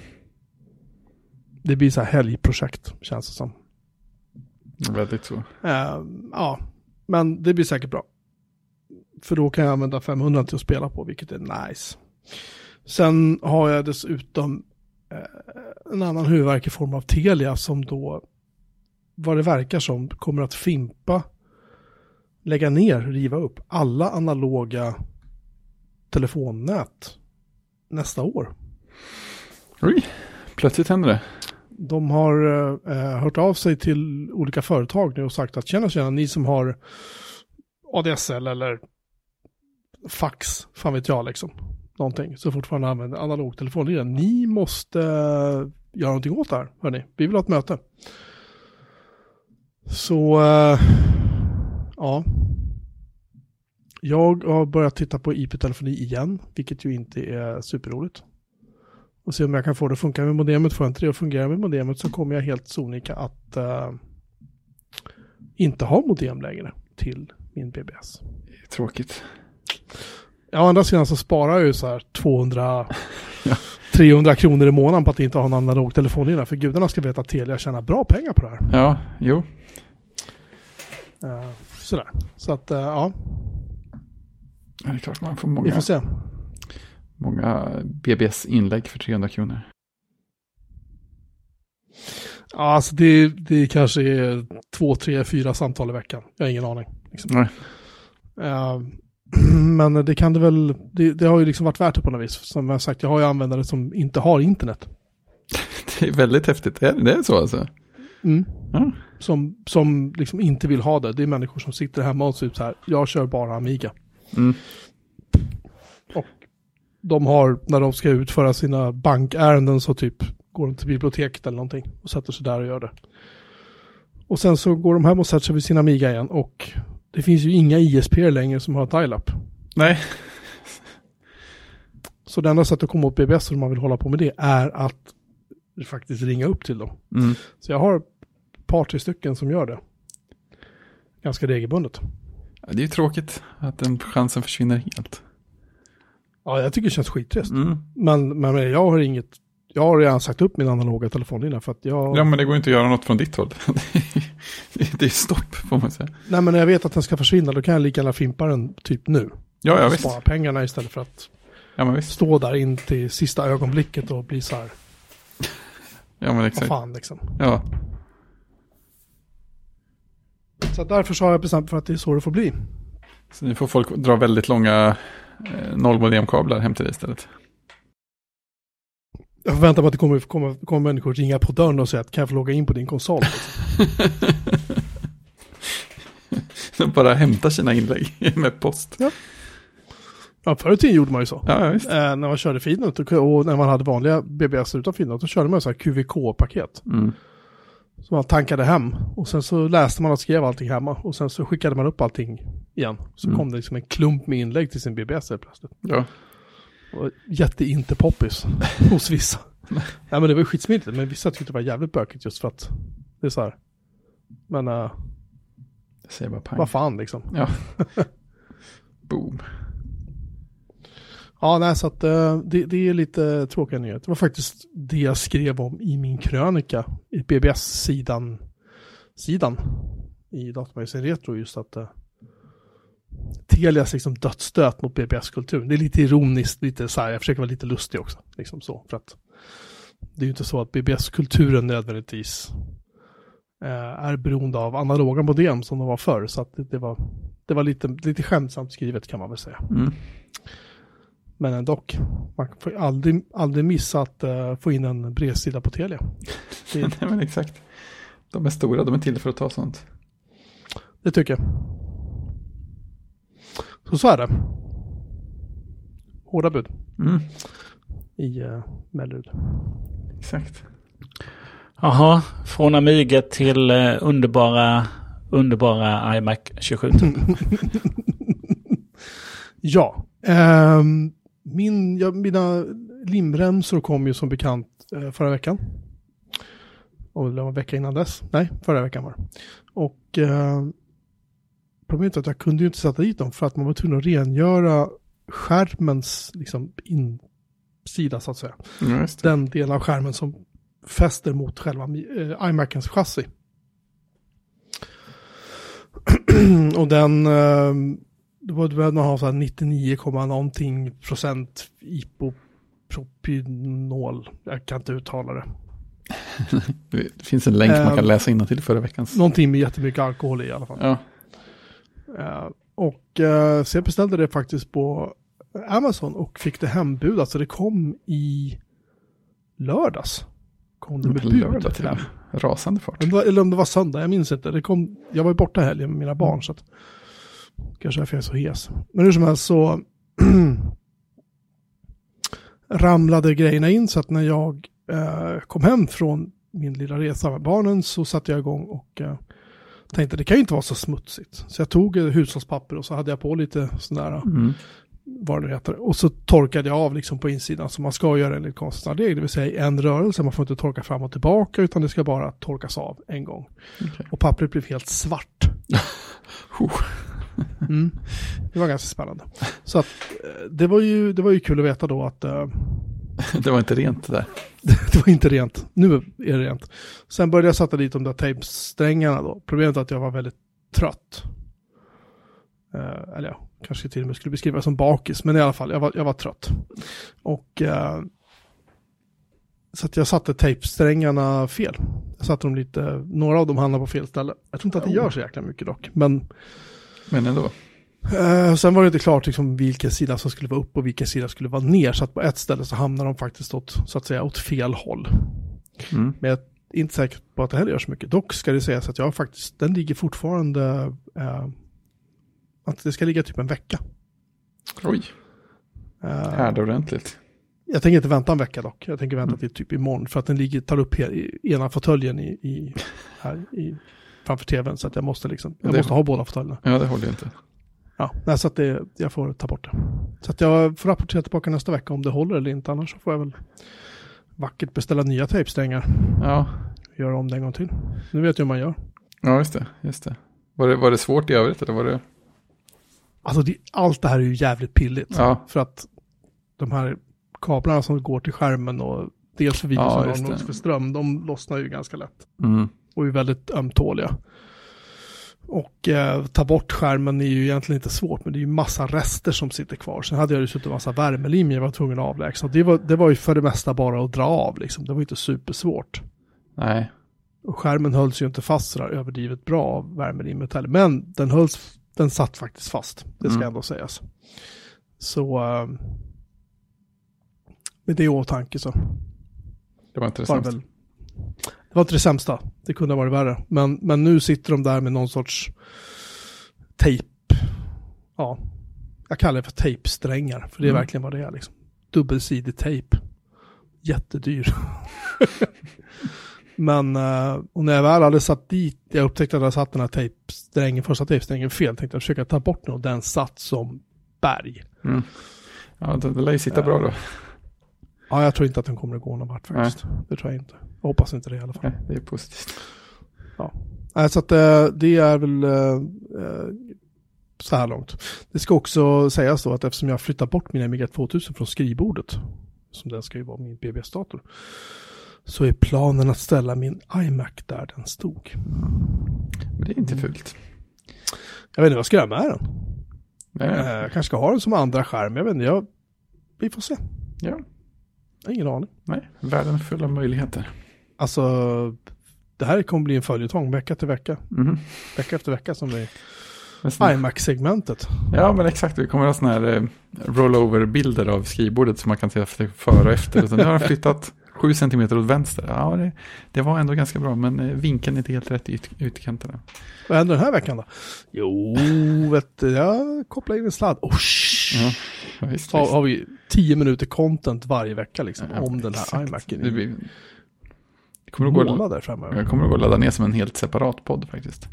Det blir så här helgprojekt, känns det som. Väldigt så. Uh, ja, men det blir säkert bra. För då kan jag använda femhundra till att spela på, vilket är nice. Sen har jag dessutom uh, en annan huvudvärk i form av Telia som då, vad det verkar som, kommer att fimpa, lägga ner, riva upp alla analoga telefonnät nästa år. Oj, plötsligt händer det. De har eh, hört av sig till olika företag nu och sagt att tjena tjena, ni som har A D S L eller fax, fan vet jag liksom, någonting, så fortfarande använder analog telefon, ni måste eh, göra någonting åt det här, hörni. Vi vill ha ett möte. Så eh, ja. Jag har börjat titta på I P-telefoni igen, vilket ju inte är superroligt. Och se om jag kan få det att funka med modemet. Får jag inte det att fungera med modemet så kommer jag helt sonika att uh, inte ha modem längre till min B B S. Tråkigt. Ja, å andra sidan så sparar jag ju så här tvåhundra trehundra kronor i månaden på att inte ha en analog telefon i den. För gudarna ska veta att Telia tjänar bra pengar på det här. Ja, jo. Uh, sådär. Så att, uh, ja. Ja, det är klart man får många... Vi får se. Många B B S-inlägg för trehundra kronor. Ja, alltså det, det kanske är två, tre, fyra samtal i veckan. Jag har ingen aning. Liksom. Nej. Uh, men det kan det väl... Det, det har ju liksom varit värt det på något vis. Som jag sagt, jag har ju användare som inte har internet. Det är väldigt häftigt. Det är, det är så alltså? Mm. Ja. Som, som liksom inte vill ha det. Det är människor som sitter hemma och typ så här, jag kör bara Amiga. Mm. Och de har, när de ska utföra sina bankärenden så typ går de till biblioteket eller någonting och sätter sig där och gör det. Och sen så går de hem och sätter sig vid sin Amiga igen och det finns ju inga I S P längre som har dial-up. Nej. Så det enda sättet att komma åt B B S om man vill hålla på med det är att faktiskt ringa upp till dem. Mm. Så jag har ett par, tre stycken som gör det. Ganska regelbundet. Ja, det är ju tråkigt att den chansen försvinner helt. Ja, jag tycker det känns skittrist. Mm. Men, men jag har inget, jag har redan sagt upp min analoga telefonlinje för att jag... Ja, men det går inte att göra något från ditt håll. Det är stopp, får man säga. Nej, men när jag vet att den ska försvinna, då kan jag lika gärna fimpa den typ nu. Ja, jag vet. Spara pengarna istället för att ja, men visst. Stå där in till sista ögonblicket och bli så här Ja, men exakt. Vad fan liksom. Ja. Så därför så har jag bestämt för att det är så det får bli. Så nu får folk dra väldigt långa eh, nollmodemkablar hem till dig istället. Jag förväntar mig att det kommer, kommer, kommer människor ringa på dörren och säga att kan jag få logga in på din konsol? De bara hämtar sina inlägg med post. Ja. Ja, förr i tiden gjorde man ju så. Ja, visst. Eh, när man körde Feednote och när man hade vanliga B B S utan Feednote, då körde man så här Q V K-paket. Mm. Så man tankade hem och sen så läste man och skrev allting hemma och sen så skickade man upp allting igen. Så mm. kom det liksom en klump med inlägg till sin B B S helt plötsligt. Ja. Och jätte inte poppis hos vissa. Nej, men det var ju skitsmidigt, men vissa tyckte det var jävligt bökigt just för att det är så här. Men uh, jag säger bara pang. Vad fan liksom. Ja. Boom. Ja, nej, så att uh, det, det är lite tråkiga nyheter. Det var faktiskt det jag skrev om i min krönika i B B S-sidan sidan i Datamagasin Retro, just att uh, Telias liksom dödsstöt mot B B S-kulturen. Det är lite ironiskt, lite så här, jag försöker vara lite lustig också. Liksom så, för att det är ju inte så att B B S-kulturen nödvändigtvis eh, är beroende av analoga modem som de var förr. Så att det, det var, det var lite, lite skämtsamt skrivet kan man väl säga. Mm. Men dock, man får aldrig, aldrig missa att uh, få in en bredsida på Telia. Det, Nej, men exakt. De är stora, de är till för att ta sånt. Det tycker jag. Så så är det. Hårda bud. Mm. I uh, Mellerud. Exakt. Jaha, från Amiga till uh, underbara, underbara iMac tjugosju. Ja. Um, min, ja, mina limremsor kom ju som bekant uh, förra veckan. Och det var en vecka innan dess. Nej, förra veckan var det. Och uh, problemet är att jag kunde ju inte sätta dit dem för att man var tvungen att rengöra skärmens liksom, insida så att säga. Mm, den delen av skärmen som fäster mot själva uh, iMacens chassi. Och den... Uh, Då behövde man ha så här nittionio, någonting procent ipopropinol. Jag kan inte uttala det. Det finns en länk um, man kan läsa innantill förra veckans. Någonting med jättemycket alkohol i alla fall. Ja. Uh, och uh, så jag beställde det faktiskt på Amazon och fick det hembud. Alltså det kom i lördags. Kom det med bud lördag till det. Rasande fart. Eller, eller om det var söndag, jag minns inte. Det kom, jag var ju borta helgen med mina barn så att kanske därför jag är så hes. Men hur som helst så ramlade grejerna in så att när jag eh, kom hem från min lilla resa med barnen så satte jag igång och eh, tänkte det kan ju inte vara så smutsigt. Så jag tog eh, hushållspapper och så hade jag på lite sådär mm. vad det heter. Och så torkade jag av liksom på insidan som man ska göra enligt konstnärsregel. Det vill säga en rörelse, man får inte torka fram och tillbaka utan det ska bara torkas av en gång. Okay. Och pappret blev helt svart. Mm. Det var ganska spännande. Så att, det var ju det var ju kul att veta då att uh, det var inte rent det där. Det var inte rent. Nu är det rent. Sen började jag sätta dit de där tejpsträngarna då. Problemet är att jag var väldigt trött. Uh, eller ja, kanske till och med skulle beskriva det som bakis. Men i alla fall, jag var, jag var trött. Och uh, så att jag satte tejpsträngarna fel. Jag satte dem lite, några av dem hamnade på fel ställe. Jag tror inte att det gör så jäkla mycket dock. Men Men ändå. Uh, sen var det inte klart liksom, vilken sida som skulle vara upp och vilken sida skulle vara ner. Så att på ett ställe så hamnar de faktiskt åt, så att säga, åt fel håll. Mm. Men jag är inte säker på att det här gör så mycket. Dock ska det sägas att jag faktiskt, den ligger fortfarande, uh, att det ska ligga typ en vecka. Oj. Uh, Härda ordentligt. Jag tänker inte vänta en vecka dock. Jag tänker vänta mm. till typ imorgon. För att den ligger, tar upp i ena fåtöljen i, i, här i, framför tvn. Så att jag måste liksom, jag det, måste ha båda fåtöljerna. Ja, det håller jag inte. Ja, nej, så att det, jag får ta bort det. Så att jag får rapportera tillbaka nästa vecka om det håller eller inte. Annars så får jag väl vackert beställa nya tejpsträngar. Ja. Göra om det en gång till. Nu vet jag hur man gör. Ja, just det. Just det. Var det, var det svårt i övrigt eller var det... Alltså det, allt det här är ju jävligt pilligt. Ja. För att de här kablarna som går till skärmen och dels för videosignalen ja, och för ström, de lossnar ju ganska lätt. Mm. Och är väldigt ömtåliga. Och eh, ta bort skärmen är ju egentligen inte svårt, men det är ju massa rester som sitter kvar. Sen hade jag ju suttit en massa värmelinjer jag var tvungen att avlägsna. Det var, det var ju för det mesta bara att dra av liksom. Det var ju inte supersvårt. Nej. Och skärmen hölls ju inte fast så där överdrivet bra av värmelimmet heller. Men den hölls, den satt faktiskt fast. Det ska mm. ändå sägas. Så äh, med det i åtanke så. Det var inte det sämsta. Det var inte det sämsta. Det kunde ha varit värre. Men, men nu sitter de där med någon sorts tejp. Ja, jag kallar det för tejpsträngar. För det är mm. verkligen vad det är liksom. Dubbelsidig tejp. Jättedyr. Men och när jag väl hade satt dit, jag upptäckte att jag satt den här tejpsträngen, första tejpsträngen fel, tänkte jag försöka ta bort den och den satt som berg. Mm. Ja, det, det lär ju sitta uh, bra då. Ja, jag tror inte att den kommer att gå någon vart faktiskt. Nej. Det tror jag inte. Jag hoppas inte det i alla fall. Nej, det är positivt. Ja. Så att uh, det är väl uh, uh, så här långt. Det ska också sägas då att eftersom jag flyttat bort min Amiga tvåtusen från skrivbordet, som den ska ju vara min B B S-dator, så är planen att ställa min iMac där den stod. Men det är inte fult. Jag vet inte vad jag ska göra med den. Nej. Jag kanske ska ha den som andra skärm. Jag vet inte, jag... vi får se. Ja. Jag har ingen aning. Nej, världen är full av möjligheter. Alltså, det här kommer bli en följetong vecka till vecka. Mm. Vecka efter vecka som det är iMac-segmentet. Ja, men exakt. Vi kommer att ha såna här eh, rollover-bilder av skrivbordet som man kan se före och efter. Så nu har den flyttat sju centimeter åt vänster. Ja, det, det var ändå ganska bra, men vinkeln är inte helt rätt i ut, utkanterna. Vad händer den här veckan då? Jo, vet du, jag kopplar in en sladd. Oh, ja, visst, visst. Så har vi tio minuter content varje vecka liksom, ja, om den här exakt. iMacen. Det blir... Det kommer att gå måla där framöver. Jag kommer att gå och ladda ner som en helt separat podd faktiskt.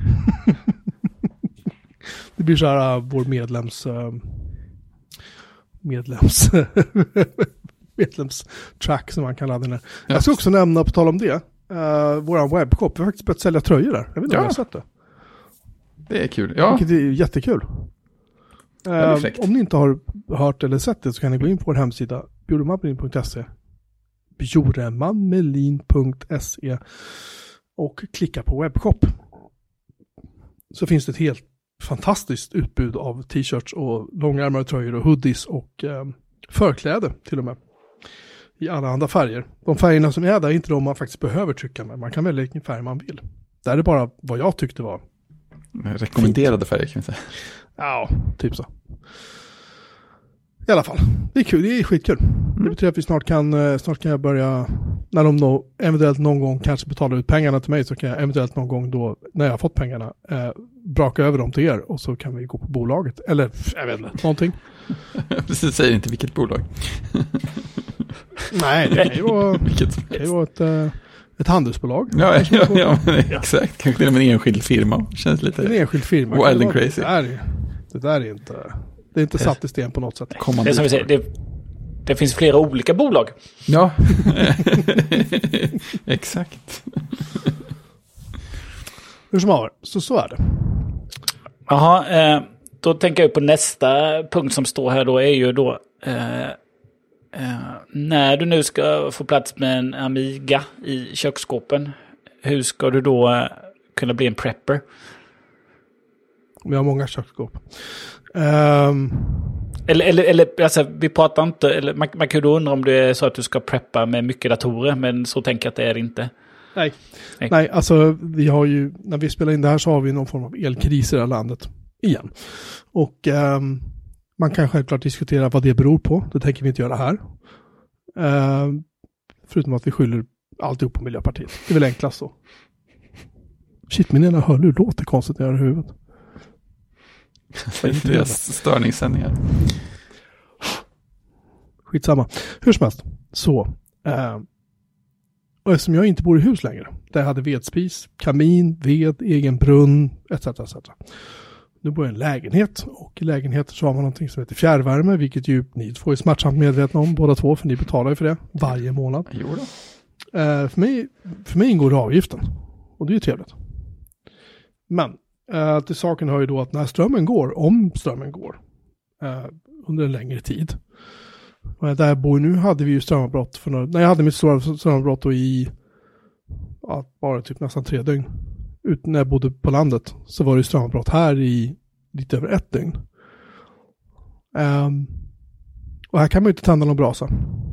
Det blir så här uh, vår medlems... Uh, medlems... medlemstrack som man kan ladda ner. Ja. Jag ska också nämna, på tal om det, uh, våran webbshop. Vi har faktiskt börjat sälja tröjor där. Jag vet inte om ja. jag har sett det. Det är kul. Ja. Vilket är jättekul. Uh, om ni inte har hört eller sett det så kan ni gå in på vår hemsida bjurmanmelin punkt se bjurmanmelin punkt se och klicka på webbshop. Så finns det ett helt fantastiskt utbud av t-shirts och långärmade tröjor och hoodies och um, förkläde till och med. I alla andra färger. De färgerna som är där är inte de man faktiskt behöver trycka med. Man kan välja vilken färg man vill. Det är bara vad jag tyckte var rekommenderade fint. Färger kan vi säga. Ja, typ så. I alla fall. Det är kul, det är skitkul. Mm. Det betyder att vi snart kan, snart kan jag börja, när de då eventuellt någon gång kanske betalar ut pengarna till mig, så kan jag eventuellt någon gång då, när jag har fått pengarna, eh, braka över dem till er och så kan vi gå på bolaget. Eller, jag vet inte, någonting. Precis, säger inte vilket bolag. Nej, det kan ju vara, det kan ju vara ett, ett handelsbolag. Ja, ja, ja, men exakt. Kanske till och med en enskild firma. Känns lite en enskild firma. Wild and crazy. Det där, det där är inte... Det är inte det, satt i sten på något sätt. Det är som vi säger, det, det finns flera olika bolag. Ja, exakt. Hur som har, så så är det. Jaha, eh, då tänker jag på nästa punkt som står här då är ju då eh, eh, när du nu ska få plats med en Amiga i köksskåpen, hur ska du då eh, kunna bli en prepper? Vi har många köksskåp. Um, eller, eller, eller alltså, vi pratar inte, eller man, man kan ju då undra om det är så att du ska preppa med mycket datorer, men så tänker jag att det är det inte. Nej. Nej, Nej, alltså vi har ju, när vi spelar in det här så har vi någon form av elkris i det här landet igen. Och um, man kan självklart diskutera vad det beror på. Det tänker vi inte göra här. Uh, förutom att vi skyller alltihop på Miljöpartiet. Det är väl enklast så. Shit, min ena hörlur låter konstigt i huvudet. Deras störningssändningar. Skitsamma. Hur som helst. Så. Eh, och eftersom jag inte bor i hus längre. Där jag hade vedspis, kamin, ved, egen brunn, et cetera et cetera. Nu bor jag i en lägenhet. Och i lägenheter så har man någonting som heter fjärrvärme. Vilket ju ni två är smärtsamt medvetna om. Båda två, för ni betalar ju för det varje månad. Jo då. Eh, för, mig, för mig ingår avgiften. Och det är ju trevligt. Men Uh, till saken hör ju då att när strömmen går, om strömmen går uh, under en längre tid. Och där jag bor nu hade vi ju strömavbrott för några, när jag hade mitt stora strömavbrott då i ja, bara typ nästan tre dygn ut när jag bodde på landet så var det strömavbrott här i lite över ett dygn. Um, och här kan man ju inte tända någon brasa.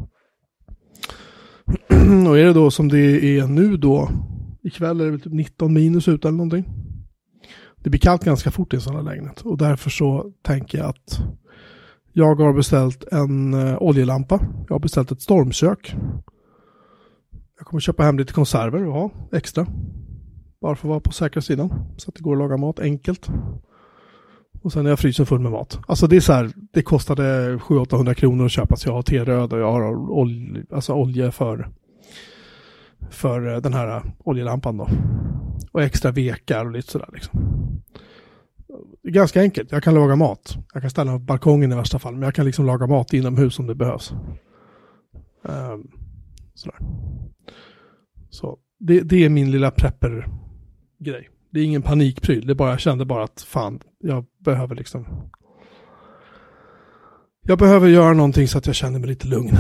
Och är det då som det är nu då, ikväll är det väl typ nitton minus ute eller någonting. Det blir kallt ganska fort i en sån här lägenhet. Och därför så tänker jag att jag har beställt en uh, oljelampa. Jag har beställt ett stormkök. Jag kommer köpa hem lite konserver och ha extra. Bara för att vara på säkra sidan. Så att det går att laga mat enkelt. Och sen är jag frysen full med mat. Alltså det är så här, det kostade sju till åttahundra kronor att köpa. Så jag har teröd och jag har olje, alltså olja för, för den här oljelampan då. Och extra vekar och lite sådär liksom. Det är ganska enkelt. Jag kan laga mat. Jag kan ställa på balkongen i värsta fall. Men jag kan liksom laga mat inomhus om det behövs. Um, sådär. Så det, det är min lilla prepper-grej. Det är ingen panikpryl. Det är bara, jag kände bara att fan, jag behöver liksom... Jag behöver göra någonting så att jag känner mig lite lugn.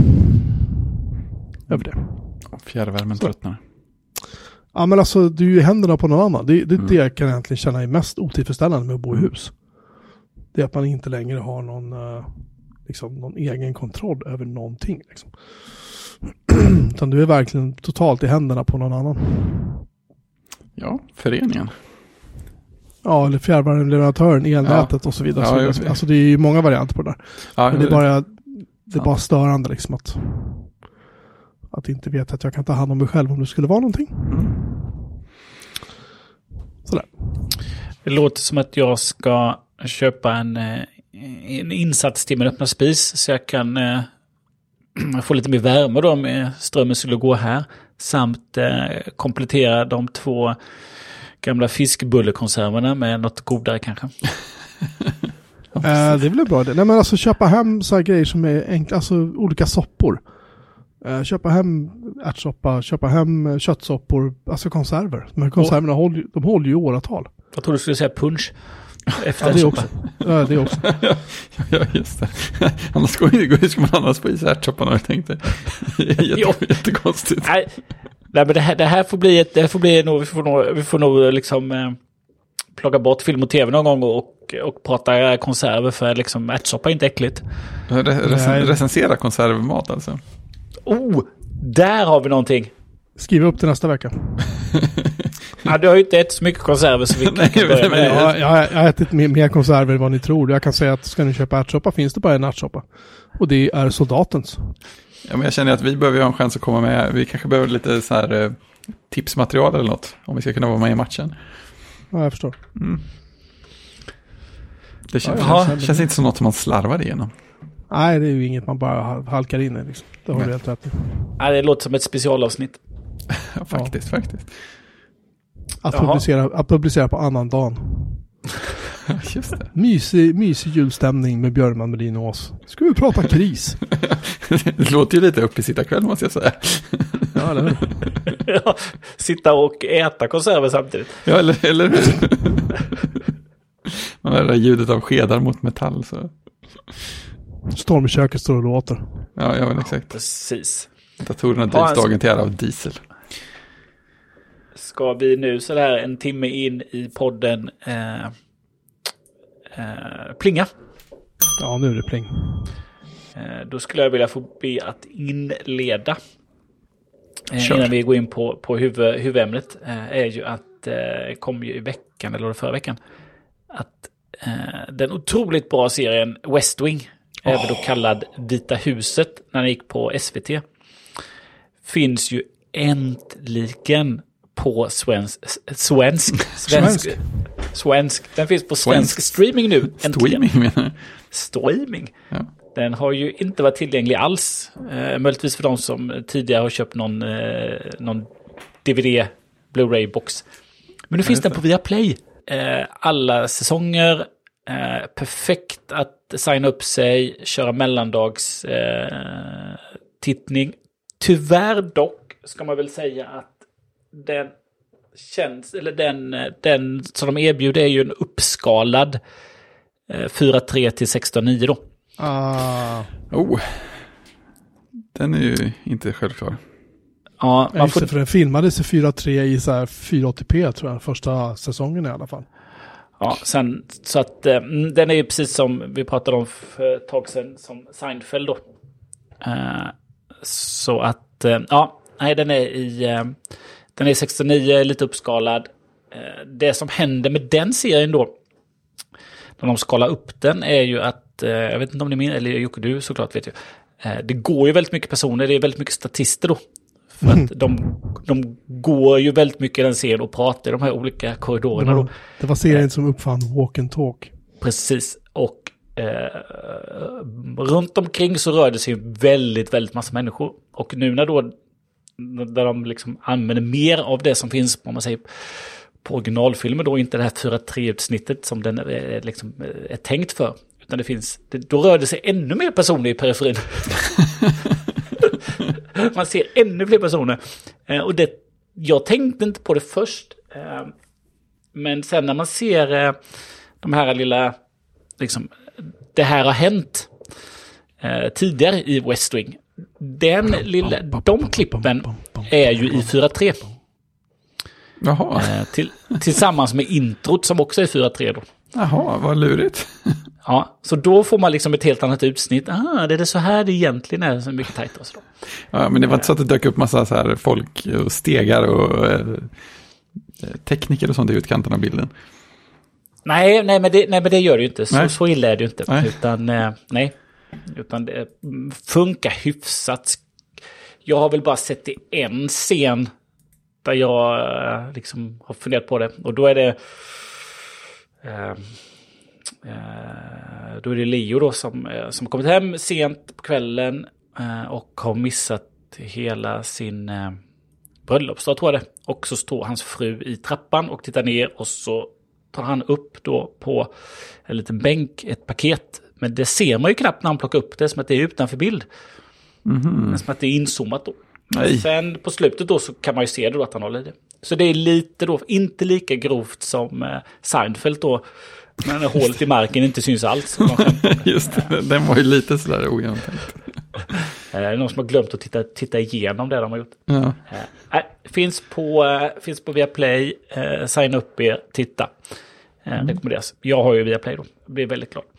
Över det. Fjärrvärmen tröttnar. Ja, men alltså, du är ju händerna på någon annan. Det, det är mm. det jag kan egentligen känna är mest otillfredsställande med att bo i hus. Det är att man inte längre har någon, uh, liksom, någon egen kontroll över någonting. Liksom. Utan du är verkligen totalt i händerna på någon annan. Ja, föreningen. Ja, eller fjärrvärmeleverantören, elnätet ja. och så vidare. Ja, så vidare. Alltså det är ju många varianter på det där. Ja, men det är bara, det är bara störande liksom att, att inte veta att jag kan ta hand om mig själv om det skulle vara någonting. Mm. Sådär. Det låter som att jag ska köpa en, en insats till min öppna spis så jag kan eh, få lite mer värme då med strömmen skulle gå här. Samt eh, komplettera de två gamla fiskbullekonserverna med något godare kanske. eh, det är väl bra det. Nej men alltså köpa hem så här grejer som är enkla, alltså olika soppor. Eh, köpa hem ärtsoppa, köpa hem köttsoppor, alltså konserver. De här konserverna oh. håller, de håller ju åratal. Jag tror du skulle säga punch. Efter ja, det också. Ja, det också. Ja, just det. Annars går det ska man annars på is ärtsoppan har jag tänkt det. Jätte, jättekonstigt. Nej, nej, men det här, det här får bli ett, det här får bli nog, vi får nog, vi får nog liksom eh, plocka bort film och tv någon gång och, och prata konserver för liksom ärtsoppa är inte äckligt. Re- rec- recensera konservmat alltså. Oh, där har vi någonting. Skriv upp till nästa vecka. Ja, du har ju inte ätit så mycket konserver så vi kan Nej, börja med det. Jag, jag har ätit mer, mer konserver än vad ni tror. Jag kan säga att ska ni köpa ärtsoppa finns det bara en ärtsoppa. Och det är soldatens. Ja, men jag känner att vi behöver ha en chans att komma med. Vi kanske behöver lite så här eh, tipsmaterial eller något. Om vi ska kunna vara med i matchen. Ja, jag förstår. Mm. Det känns, ja, känns, känns inte som något som man slarvar igenom. Nej, det är ju inget man bara halkar in i. Liksom. Det har du helt rätt i. Nej, det låter som ett specialavsnitt. Ja, faktiskt, ja. faktiskt. Att publicera, att publicera på annan dagen. Just det. Mysig, mysig julstämning med Björnman, Melin och oss. Ska vi prata kris? Det låter ju lite upp i sitta kväll måste jag säga. Ja, eller hur? Ja, sitta och äta konserver samtidigt. Ja, eller, eller hur? Man hör det ljudet av skedar mot metall. Så. Stormköket står och låter. Ja, ja men exakt. Ja, precis. Datorerna drivs dagen till ära av diesel. Ska vi nu så där en timme in i podden eh, eh, plinga? Ja, nu är det pling. Eh, då skulle jag vilja få be att inleda. Eh, innan vi går in på, på huvud, huvudämnet eh, är ju att eh, kom ju i veckan, eller förra veckan, att eh, den otroligt bra serien West Wing, oh. även då kallad Vita huset när den gick på S V T, finns ju äntligen på svensk, svensk, svensk, svensk. Den finns på svensk, svensk. streaming nu. Streaming menar Streaming. Ja. Den har ju inte varit tillgänglig alls. Eh, möjligtvis för de som tidigare har köpt någon, eh, någon D V D, Blu-ray-box. Men nu ja, finns den på Viaplay. Eh, alla säsonger. Eh, perfekt att signa upp sig, köra mellandags eh, tittning. Tyvärr dock ska man väl säga att den känns, eller den, den som de erbjuder är ju en uppskalad eh, fyra tre till sexton nio då. Ah. Oh. Den är ju inte självklar. Ja, man får... För den filmades i fyra tre i så här fyra åttio p tror jag, första säsongen i alla fall. Ja, sen, så att eh, den är ju precis som vi pratade om för ett tag sedan, som Seinfeld då. Eh, så att, eh, ja, nej, den är i, eh, den är sextionio, lite uppskalad. Eh, det som händer med den serien då, när de skalar upp den, är ju att, eh, jag vet inte om ni minns, eller Jocke, du såklart vet ju, eh, det går ju väldigt mycket personer, det är väldigt mycket statister då. För att de, de går ju väldigt mycket i den serien och pratar i de här olika korridorerna. Det var, då. Det var serien eh, som uppfann walk and talk. Precis. Och eh, runt omkring så rör det sig väldigt, väldigt massa människor. Och nu när då där de liksom använder mer av det som finns på, man säger, på originalfilmen då, inte det här fyra tre-utsnittet som den är, liksom, är tänkt för. Utan det finns, det, då rör det sig ännu mer personer i periferin. Man ser ännu fler personer. Eh, och det, jag tänkte inte på det först. Eh, men sen när man ser eh, de här lilla, liksom, det här har hänt eh, tidigare i West Wing. Den lilla, de klippen är ju i fyra tre. Jaha. Eh, till, tillsammans med introt som också är fyra tre då. Jaha, vad lurigt. Ja, så då får man liksom ett helt annat utsnitt. Ah, det är det så här det egentligen är, så mycket tajtare. Så då. Ja, men det var inte så att det dök upp massa så här folk och stegar och eh, tekniker och sånt i utkanten av bilden. Nej, nej, men, det, nej men det gör det ju inte. Så, så illa är det ju inte. Nej. Utan, eh, nej. Utan det funkar hyfsat. Jag har väl bara sett det en scen där jag eh, liksom har funderat på det. Och då är det... Eh, Uh, då är det Leo då som, uh, som har kommit hem sent på kvällen uh, och har missat hela sin uh, bröllopsdag, tror jag det. Och så står hans fru i trappan och tittar ner, och så tar han upp då på en liten bänk ett paket. Men det ser man ju knappt när han plockar upp det, som att det är utanför bild. Mm-hmm. Som att det är inzoomat då. Nej. Sen på slutet då så kan man ju se då att han håller det. Så det är lite då, inte lika grovt som uh, Seinfeld då. Men hålet i marken inte syns alls. Just det, den var ju lite sådär ogenomtänkt. Är det någon som har glömt att titta, titta igenom det de har gjort? Ja. Äh, finns på, äh, finns på Viaplay. Äh, signa upp er, titta. Äh, mm. Rekommenderas. Jag har ju Viaplay då. Jag blir väldigt glad.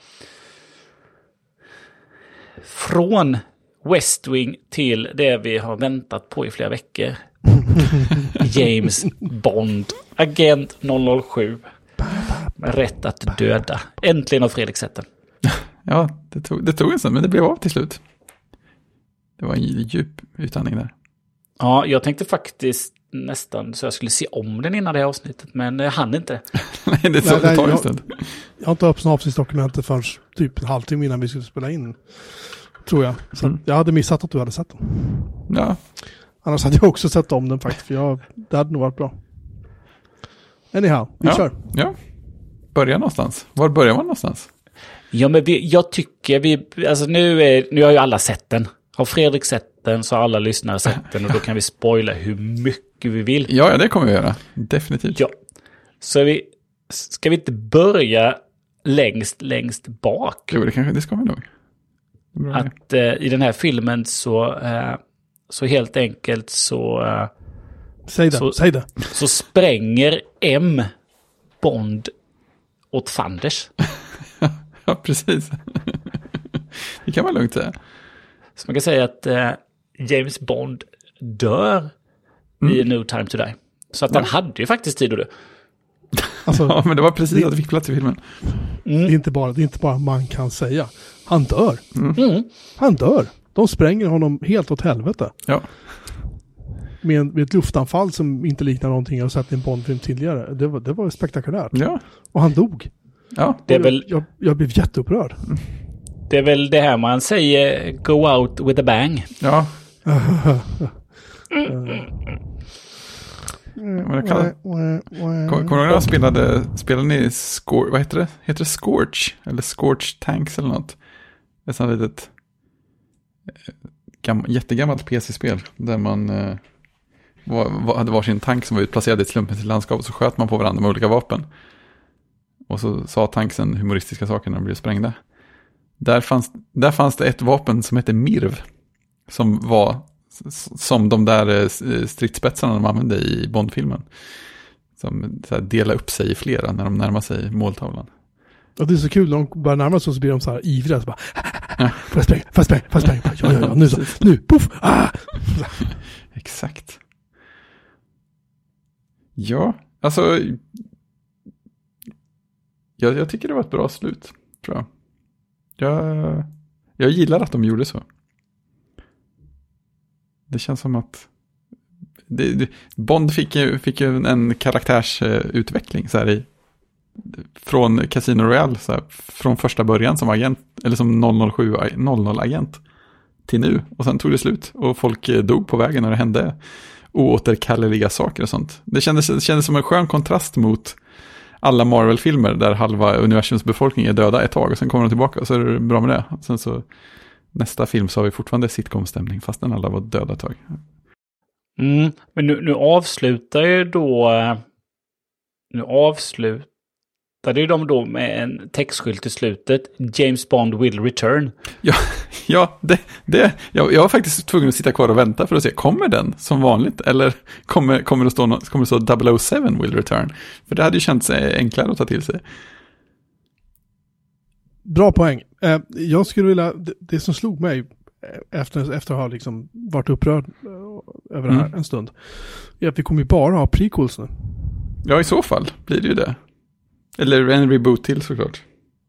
Från West Wing till det vi har väntat på i flera veckor. James Bond. Agent noll noll sju. Med rätt att döda. Äntligen har Fredrik sett den. Ja, det tog, det tog en stund, men det blev av till slut. Det var en djup utandning där. Ja, jag tänkte faktiskt nästan så jag skulle se om den innan det här avsnittet, men jag hann inte. Nej, det tog, det tog en stund. Jag, jag har inte öppnat avsnittsdokumentet förrän typ en halvtimme innan vi skulle spela in. Tror jag. Så mm. jag hade missat att du hade sett den. Ja. Annars hade jag också sett om den faktiskt, för jag, det hade nog varit bra. Anyhow, vi ja, kör. Ja, börja någonstans. Var börjar man någonstans? Ja, men vi, jag tycker vi, alltså nu, är, nu har ju alla sett den. Har Fredrik sett den så har alla lyssnare sett den, och då kan vi spoila hur mycket vi vill. Ja, ja, det kommer vi göra. Definitivt. Ja. Så vi, ska vi inte börja längst, längst bak? Jo, det, kanske, det ska vi nog. Att eh, i den här filmen så, eh, så helt enkelt så... Eh, säg det, så, säg det. Så spränger M Bond åt fanders. Ja, precis. Det kan man lugnt säga. Så man kan säga att eh, James Bond dör mm. i No Time to Die. Så att ja. Den hade ju faktiskt tid att dö. Alltså, ja, men det var precis det, att det fick plats i filmen. Mm. Det, är inte bara, det är inte bara man kan säga. Han dör. Mm. Mm. Han dör. De spränger honom helt åt helvete. Ja. Med, med ett luftanfall som inte liknar någonting jag har sett i en Bond-film tidigare. Det var, det var spektakulärt. Ja. Och han dog. Ja. Det är väl, jag, jag blev jätteupprörd. Det är väl det här man säger, go out with a bang. Ja. Vad kallar Kommer du ihåg att spelade spelade ni Scorch, vad heter det? Heter det Scorch eller Scorch Tanks eller något? Det är sånt litet gam, jättegammalt P C-spel där man eh, var, var, hade varsin tank som var utplacerad i ett slumpmässigt landskap, och så sköt man på varandra med olika vapen. Och så sa tanksen humoristiska saker när de blev sprängda. Där fanns, där fanns det ett vapen som hette Mirv, som var Som de där stridsspetsarna de använde i Bond-filmen. Som så här, delar upp sig i flera när de närmar sig måltavlan. Och det är så kul när de börjar närma sig så blir de så här ivriga. Så bara, ja. Får jag spränga, får jag spränga, får jag spränga. Ja, ja, ja, nu så, nu, puff, ah! Exakt. Ja, alltså jag, jag tycker det var ett bra slut, tror jag. Jag, jag gillar att de gjorde så. Det känns som att det, det, Bond fick ju, fick ju en karaktärsutveckling så här i, från Casino Royale så här, från första början som agent eller som noll noll sju noll noll-agent till nu. Och sen tog det slut och folk dog på vägen när det hände oåterkalleliga saker och sånt. Det kändes, det kändes som en skön kontrast mot alla Marvel-filmer där halva universums befolkning är döda ett tag och sen kommer de tillbaka och så är det bra med det. Sen så nästa film så har vi fortfarande sitcom-stämning fast den alla var döda ett tag. Mm, men nu, nu avslutar ju då nu avslutar det ju de då med en textskylt i slutet. James Bond will return. Ja, ja det, det, jag, jag var faktiskt tvungen att sitta kvar och vänta för att se, kommer den som vanligt? Eller kommer, kommer det stå, kommer det stå double oh seven will return? För det hade ju känts enklare att ta till sig. Bra poäng. Eh, jag skulle vilja, det, det som slog mig efter, efter att ha liksom varit upprörd över det här mm. en stund, är att vi kommer ju bara ha prequels nu. Ja, i så fall blir det ju det. Eller en reboot till såklart.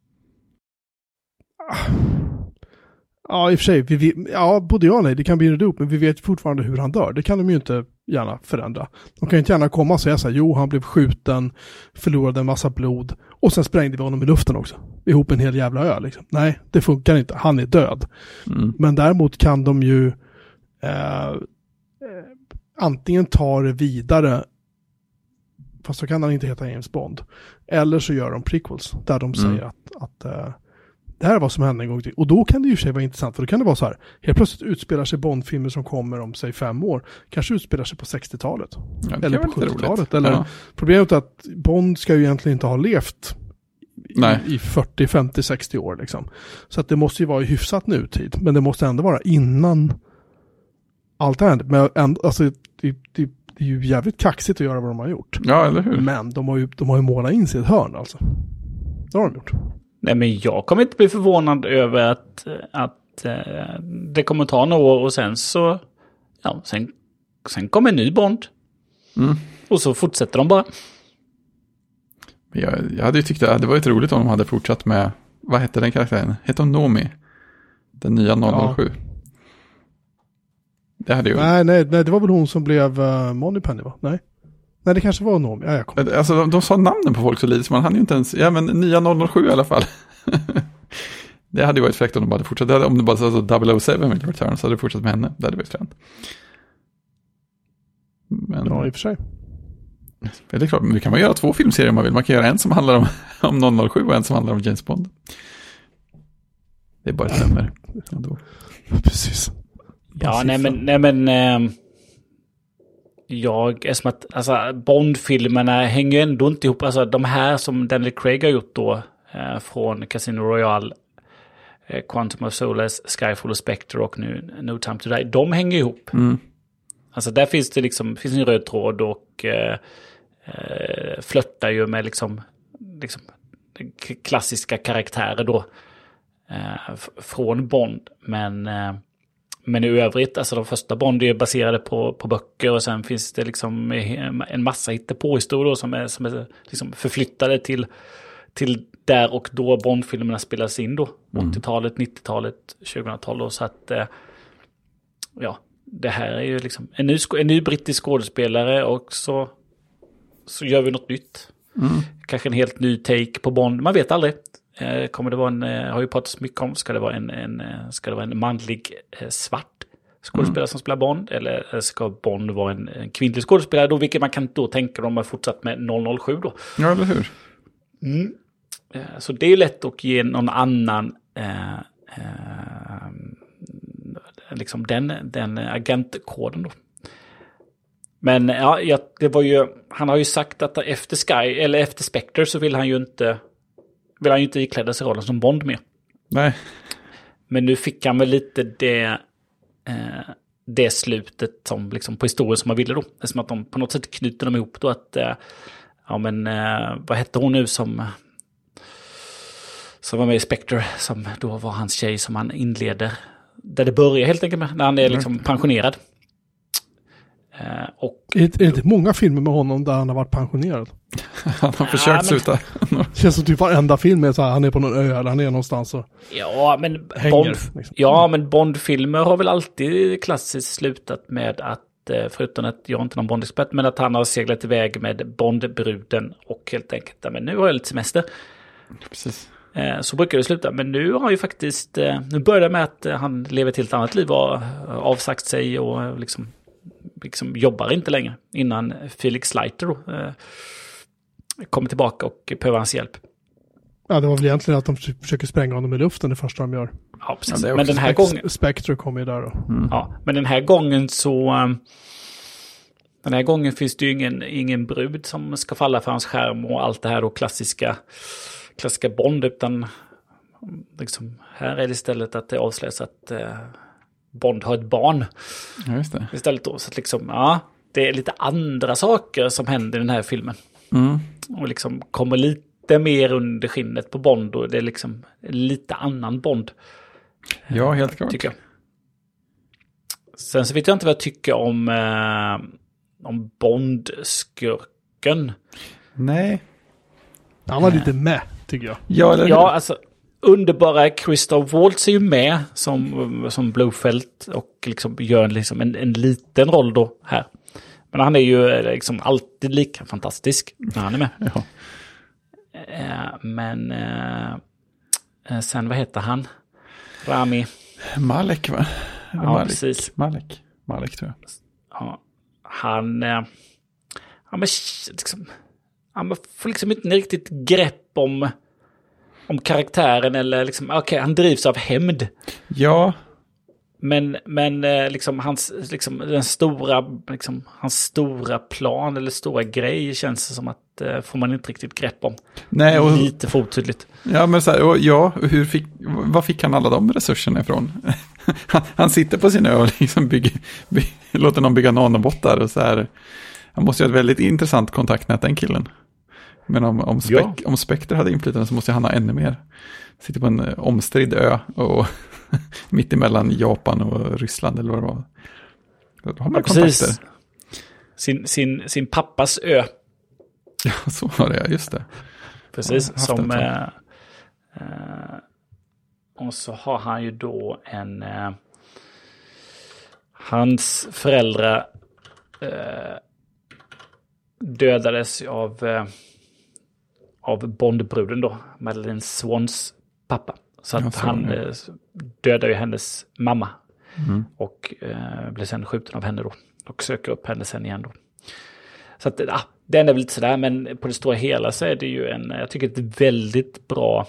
Ja, i och för sig. Vi, vi, ja, både jag och nej, det kan bli en reboot, men vi vet fortfarande hur han dör. Det kan de ju inte gärna förändra. De kan ju inte gärna komma och säga så här, jo, han blev skjuten, förlorade en massa blod och sen sprängde vi honom i luften också. Ihop en hel jävla ö liksom. Nej, det funkar inte. Han är död. Mm. Men däremot kan de ju eh, eh, antingen ta det vidare, fast så kan han inte heta James Bond. Eller så gör de prequels där de säger mm. att, att uh, det här är vad som hände en gång till. Och då kan det ju sig vara intressant, för då kan det vara så här, helt plötsligt utspelar sig Bond-filmer som kommer om sig fem år, kanske utspelar sig på sextiotalet. Ja, eller på sjuttiotalet. Eller, ja. Problemet är att Bond ska ju egentligen inte ha levt i, i fyrtio, femtio, sextio år liksom. Så att det måste ju vara i hyfsat nutid, men det måste ändå vara innan allt det händer. Men ändå, alltså, det, det Det är ju jävligt kaxigt att göra vad de har gjort. Ja, eller hur? Men de har ju, de har ju målat in sig ett hörn alltså. Det har de gjort. Nej, men jag kommer inte bli förvånad över att, att äh, det kommer ta några år och sen så ja, sen, sen kommer en ny Bond. Mm. Och så fortsätter de bara. Jag, jag hade ju tyckt att det var ett roligt om de hade fortsatt med, vad hette den karaktären? Hette hon Nomi? Den nya noll noll sju. Ja. Det hade ju... nej, nej, nej, det var väl hon som blev uh, Moneypenny, va? Nej. Nej, det kanske var Nomi. Ja, jag kom. Alltså, de, de sa namnen på folk så lite, så man hade ju inte ens... Ja, men nya noll noll sju i alla fall. Det hade ju varit fräckt om de bara fortsatt. Det hade, om det bara sa så double oh seven med return så hade det fortsatt med henne. Det hade varit fränt. Men... ja, i och för sig. Det är klart, men vi kan man göra två filmserier om man vill. Man kan göra en som handlar om, om noll noll sju och en som handlar om James Bond. Det är bara ett nummer. Precis. Ja, nej men, nej men eh, jag är som att, alltså Bond-filmerna hänger ju ändå inte ihop, alltså de här som Daniel Craig har gjort då eh, från Casino Royale, eh, Quantum of Solace, Skyfall och Spectre och nu No Time to Die, de hänger ihop. Mm. Alltså där finns det liksom, finns en röd tråd och eh, eh, flörtar ju med liksom, liksom klassiska karaktärer då eh, f- från Bond, men eh, Men i övrigt, alltså de första Bond är baserade på, på böcker och sen finns det liksom en massa hittepåhistorier som är, som är liksom förflyttade till, till där och då Bond-filmerna spelas in då. Mm. åttiotalet, nittiotalet, tjugohundratalet. Så att, ja, det här är ju liksom en ny, en ny brittisk skådespelare och så, så gör vi något nytt. Mm. Kanske en helt ny take på Bond, man vet aldrig. Kommer det vara en, har ju pratats mycket om, ska det vara en, en, ska det vara en manlig svart skådespelare mm. som spelar Bond, eller ska Bond vara en, en kvinnlig skådespelare då, vilket man kan då tänka om man fortsatt med noll noll sju då. Ja, eller hur? Mm. Så det är lätt att ge någon annan eh, eh, liksom den, den agentkoden då. Men ja, det var ju, han har ju sagt att efter Sky, eller efter Spectre så vill han ju inte vill han ju inte ikläda sig rollen som Bond mer. Nej. Men nu fick han väl lite det eh, det slutet som liksom på historien som man ville då. Det är som att de på något sätt knyter dem ihop då att eh, ja men eh, vad hette hon nu som som var med i Spectre som då var hans tjej som han inleder där det börjar helt enkelt med när han är liksom pensionerad. Eh, och är, det, är det inte många filmer med honom där han har varit pensionerad? Han har försökt ja, men, sluta. Det känns som typ varenda film är så här, han är på någon ö eller han är någonstans och ja, men hänger, Bond, liksom. ja, men Bond-filmer har väl alltid klassiskt slutat med att, förutom att jag är inte någon Bond-expert, men att han har seglat iväg med Bond-bruden och helt enkelt, men nu har jag lite semester. Precis. Så brukar det sluta, men nu har ju faktiskt, nu börjar det med att han lever till ett annat liv och avsagt sig och liksom, liksom jobbar inte längre innan Felix Leiter då, kommer tillbaka och behöver hans hjälp. Ja, det var väl egentligen att de försöker spränga honom i luften det första de gör. Ja, precis. Ja, men den här Spect- gången... Spectre kommer ju där då. Mm. Ja, men den här gången så... Um, den här gången finns det ju ingen, ingen brud som ska falla för hans skärm och allt det här då klassiska, klassiska Bond, utan liksom, här är det istället att det avslöjas att uh, Bond har ett barn. Ja, just det. Istället då, så att liksom, ja, det är lite andra saker som händer i den här filmen. Mm. Och liksom kommer lite mer under skinnet på Bond och det är liksom lite annan Bond. Ja, helt klart. Tycker jag. Sen så vet jag inte vad jag tycker om, eh, om Bond-skurken. Nej. Han var lite med, tycker jag. Ja, eller Ja, alltså underbara Christoph Waltz är ju med som, som Blofeld och liksom gör liksom en, en liten roll då här. Men han är ju liksom alltid lika fantastisk när han är med. Ja. Eh, men eh, sen vad heter han? Rami. Malek, va? Ja, Malek. precis. Malek. Malek, tror jag. Ja, han... Eh, han, men, liksom, han får liksom inte riktigt grepp om, om karaktären. Eller liksom, okej, okay, han drivs av hämnd. Ja. Men, men liksom, hans, liksom, den stora, liksom, hans stora plan eller stora grej känns det som att eh, får man inte riktigt grepp om. Nej, och, lite för otydligt. Ja, men så här, och, ja, hur fick, vad fick han alla de resurserna ifrån? han, han sitter på sin ö och liksom bygger, by, låter någon bygga nanobottar och så här. Han måste ju ha ett väldigt intressant kontaktnät, den killen. Men om, om, Spek, ja. om Spectre hade inflytande så måste han ha ännu mer. Sitter på en omstridd ö och mitt emellan Japan och Ryssland eller vad det var. Då har man ja, kontakter. Sin, sin, sin pappas ö. Ja, så var det, just det. Precis, som... Eh, eh, och så har han ju då en... Eh, hans föräldrar eh, dödades av, eh, av Bondbruden då, Madeleine Swans pappa. Så att ja, han eh, dödar ju hennes mamma. Mm. Och eh, blir sen skjuten av henne då. Och söker upp henne sen igen då. Så att ja, den är väl lite sådär. Men på det stora hela så är det ju en... Jag tycker det är ett väldigt bra...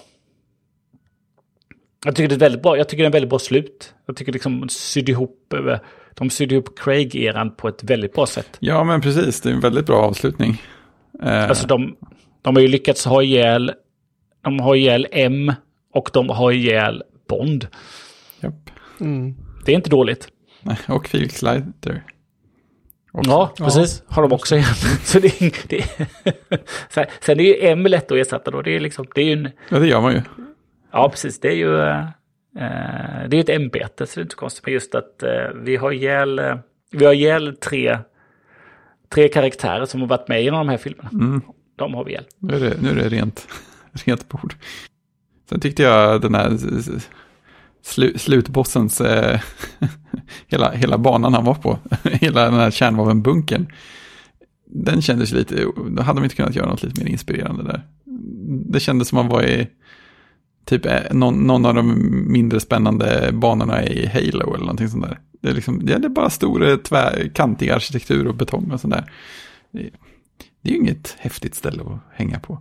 Jag tycker det är ett väldigt bra... Jag tycker det är en väldigt bra slut. Jag tycker liksom sydde ihop... De sydde ihop Craig-eran på ett väldigt bra sätt. Ja, men precis. Det är en väldigt bra avslutning. Eh. Alltså de, de har ju lyckats ha ihjäl... De har ihjäl M... Och de har ihjäl Bond. Japp. Mm. Det är inte dåligt. Nej, och Felix Leiter. Också. Ja, precis. Ja. Har de också igen. Så det är, det är, sen är ju M lätt att ersätta då. Det är liksom, det är ju en... Ja, det gör man ju. Ja, precis. Det är ju uh, det är ett ämbete, så det är inte konstigt. Men just att uh, vi har ihjäl, uh, vi har ihjäl tre, tre karaktärer som har varit med i de här filmerna. Mm. De har vi ihjäl. Nu är det, nu är det rent, rent bord. Sen tyckte jag den här slu, slutbossens eh, hela, hela banan han var på, hela den här kärnvapenbunkern, den kändes lite, då hade de inte kunnat göra något lite mer inspirerande där. Det kändes som man var i typ någon, någon av de mindre spännande banorna i Halo eller någonting sånt där. Det är liksom, det är bara stora tvär, kantig arkitektur och betong och sånt där. Det, det är ju inget häftigt ställe att hänga på.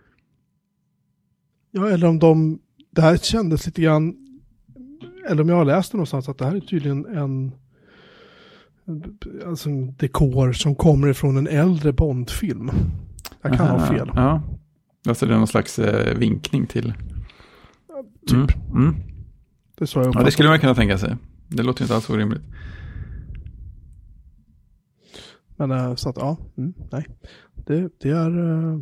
Ja, eller om de, det här kändes lite grann, eller om jag har läst det någonstans att det här är tydligen en, alltså en dekor som kommer ifrån en äldre Bond-film. Jag kan Aha, ha fel. Ja, alltså det är någon slags eh, vinkning till. Typ. Mm. Mm. Det, så jag ja, det skulle man kunna tänka sig. Det låter inte alls orimligt. Men äh, så att, ja, mm, nej. Det, det är... Uh...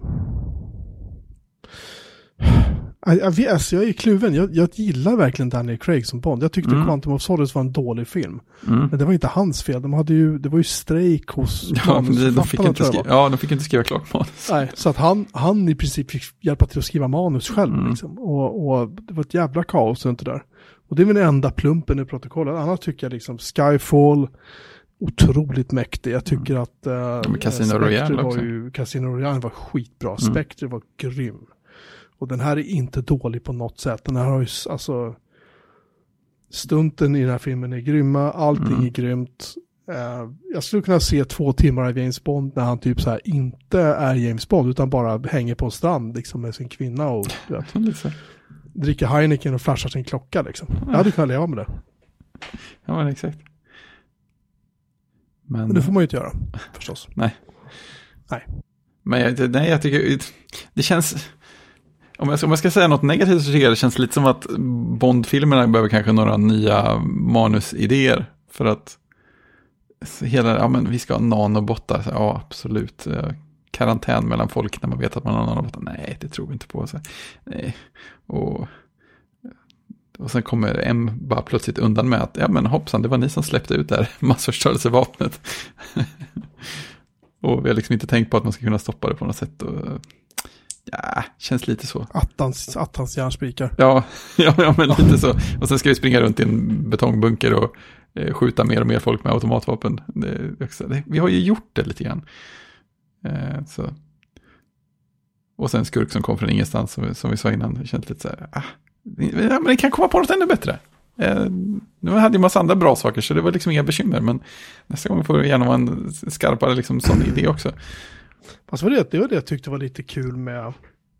Jag, jag, alltså, jag är kluven. Jag, jag gillar verkligen Daniel Craig som Bond. Jag tyckte mm. Quantum of Solace var en dålig film. Mm. Men det var inte hans fel. De hade ju, det var ju strejk hos ja, de, de fick inte skriva, ja, de fick inte skriva klart manus. Nej, så att han, han i princip fick hjälpa till att skriva manus själv. Mm. Liksom. Och, och det var ett jävla kaos och inte där. Och det är väl den enda plumpen i protokollet. Annars tycker jag liksom Skyfall otroligt mäktig. Jag tycker mm. att uh, ja, Casino Royale var ju, Casino Royale var skitbra. Mm. Spectre var grym. Och den här är inte dålig på något sätt. Den här har ju, alltså, stunten i den här filmen är grymma. Allting mm. är grymt. Uh, jag skulle kunna se två timmar av James Bond när han typ så här inte är James Bond utan bara hänger på en strand liksom med sin kvinna och vet, dricker Heineken och flashar sin klocka liksom. Jag hade kunnat leva med det. Ja, men exakt. Men, men det får man ju inte göra, förstås. Nej. Nej. Men jag, nej, jag tycker det känns... Om jag, ska, om jag ska säga något negativt så tycker jag det känns lite som att Bond-filmerna behöver kanske några nya manusidéer. För att hela, ja men vi ska ha nanobottar. Så, ja, absolut. Karantän mellan folk när man vet att man har nanobottar. Nej, det tror vi inte på. Så, nej. Och, och sen kommer M bara plötsligt undan med att ja men hoppsan, det var ni som släppte ut det här massförstörelsevapnet. Och vi har liksom inte tänkt på att man ska kunna stoppa det på något sätt. Och, ja, känns lite så. Attans, attans järnspikar. Ja, ja, ja, men lite så. Och sen ska vi springa runt i en betongbunker och eh, skjuta mer och mer folk med automatvapen. Det, det, vi har ju gjort det lite grann. Eh, så. Och sen skurk som kom från ingenstans som, som vi sa innan. Det känns lite så här, ah, ja, men det kan komma på något ännu bättre. Eh, nu hade ju en massa andra bra saker så det var liksom inga bekymmer. Men nästa gång får vi gärna vara en skarpare liksom, sån idé också. Fast var det, det var det jag tyckte var lite kul med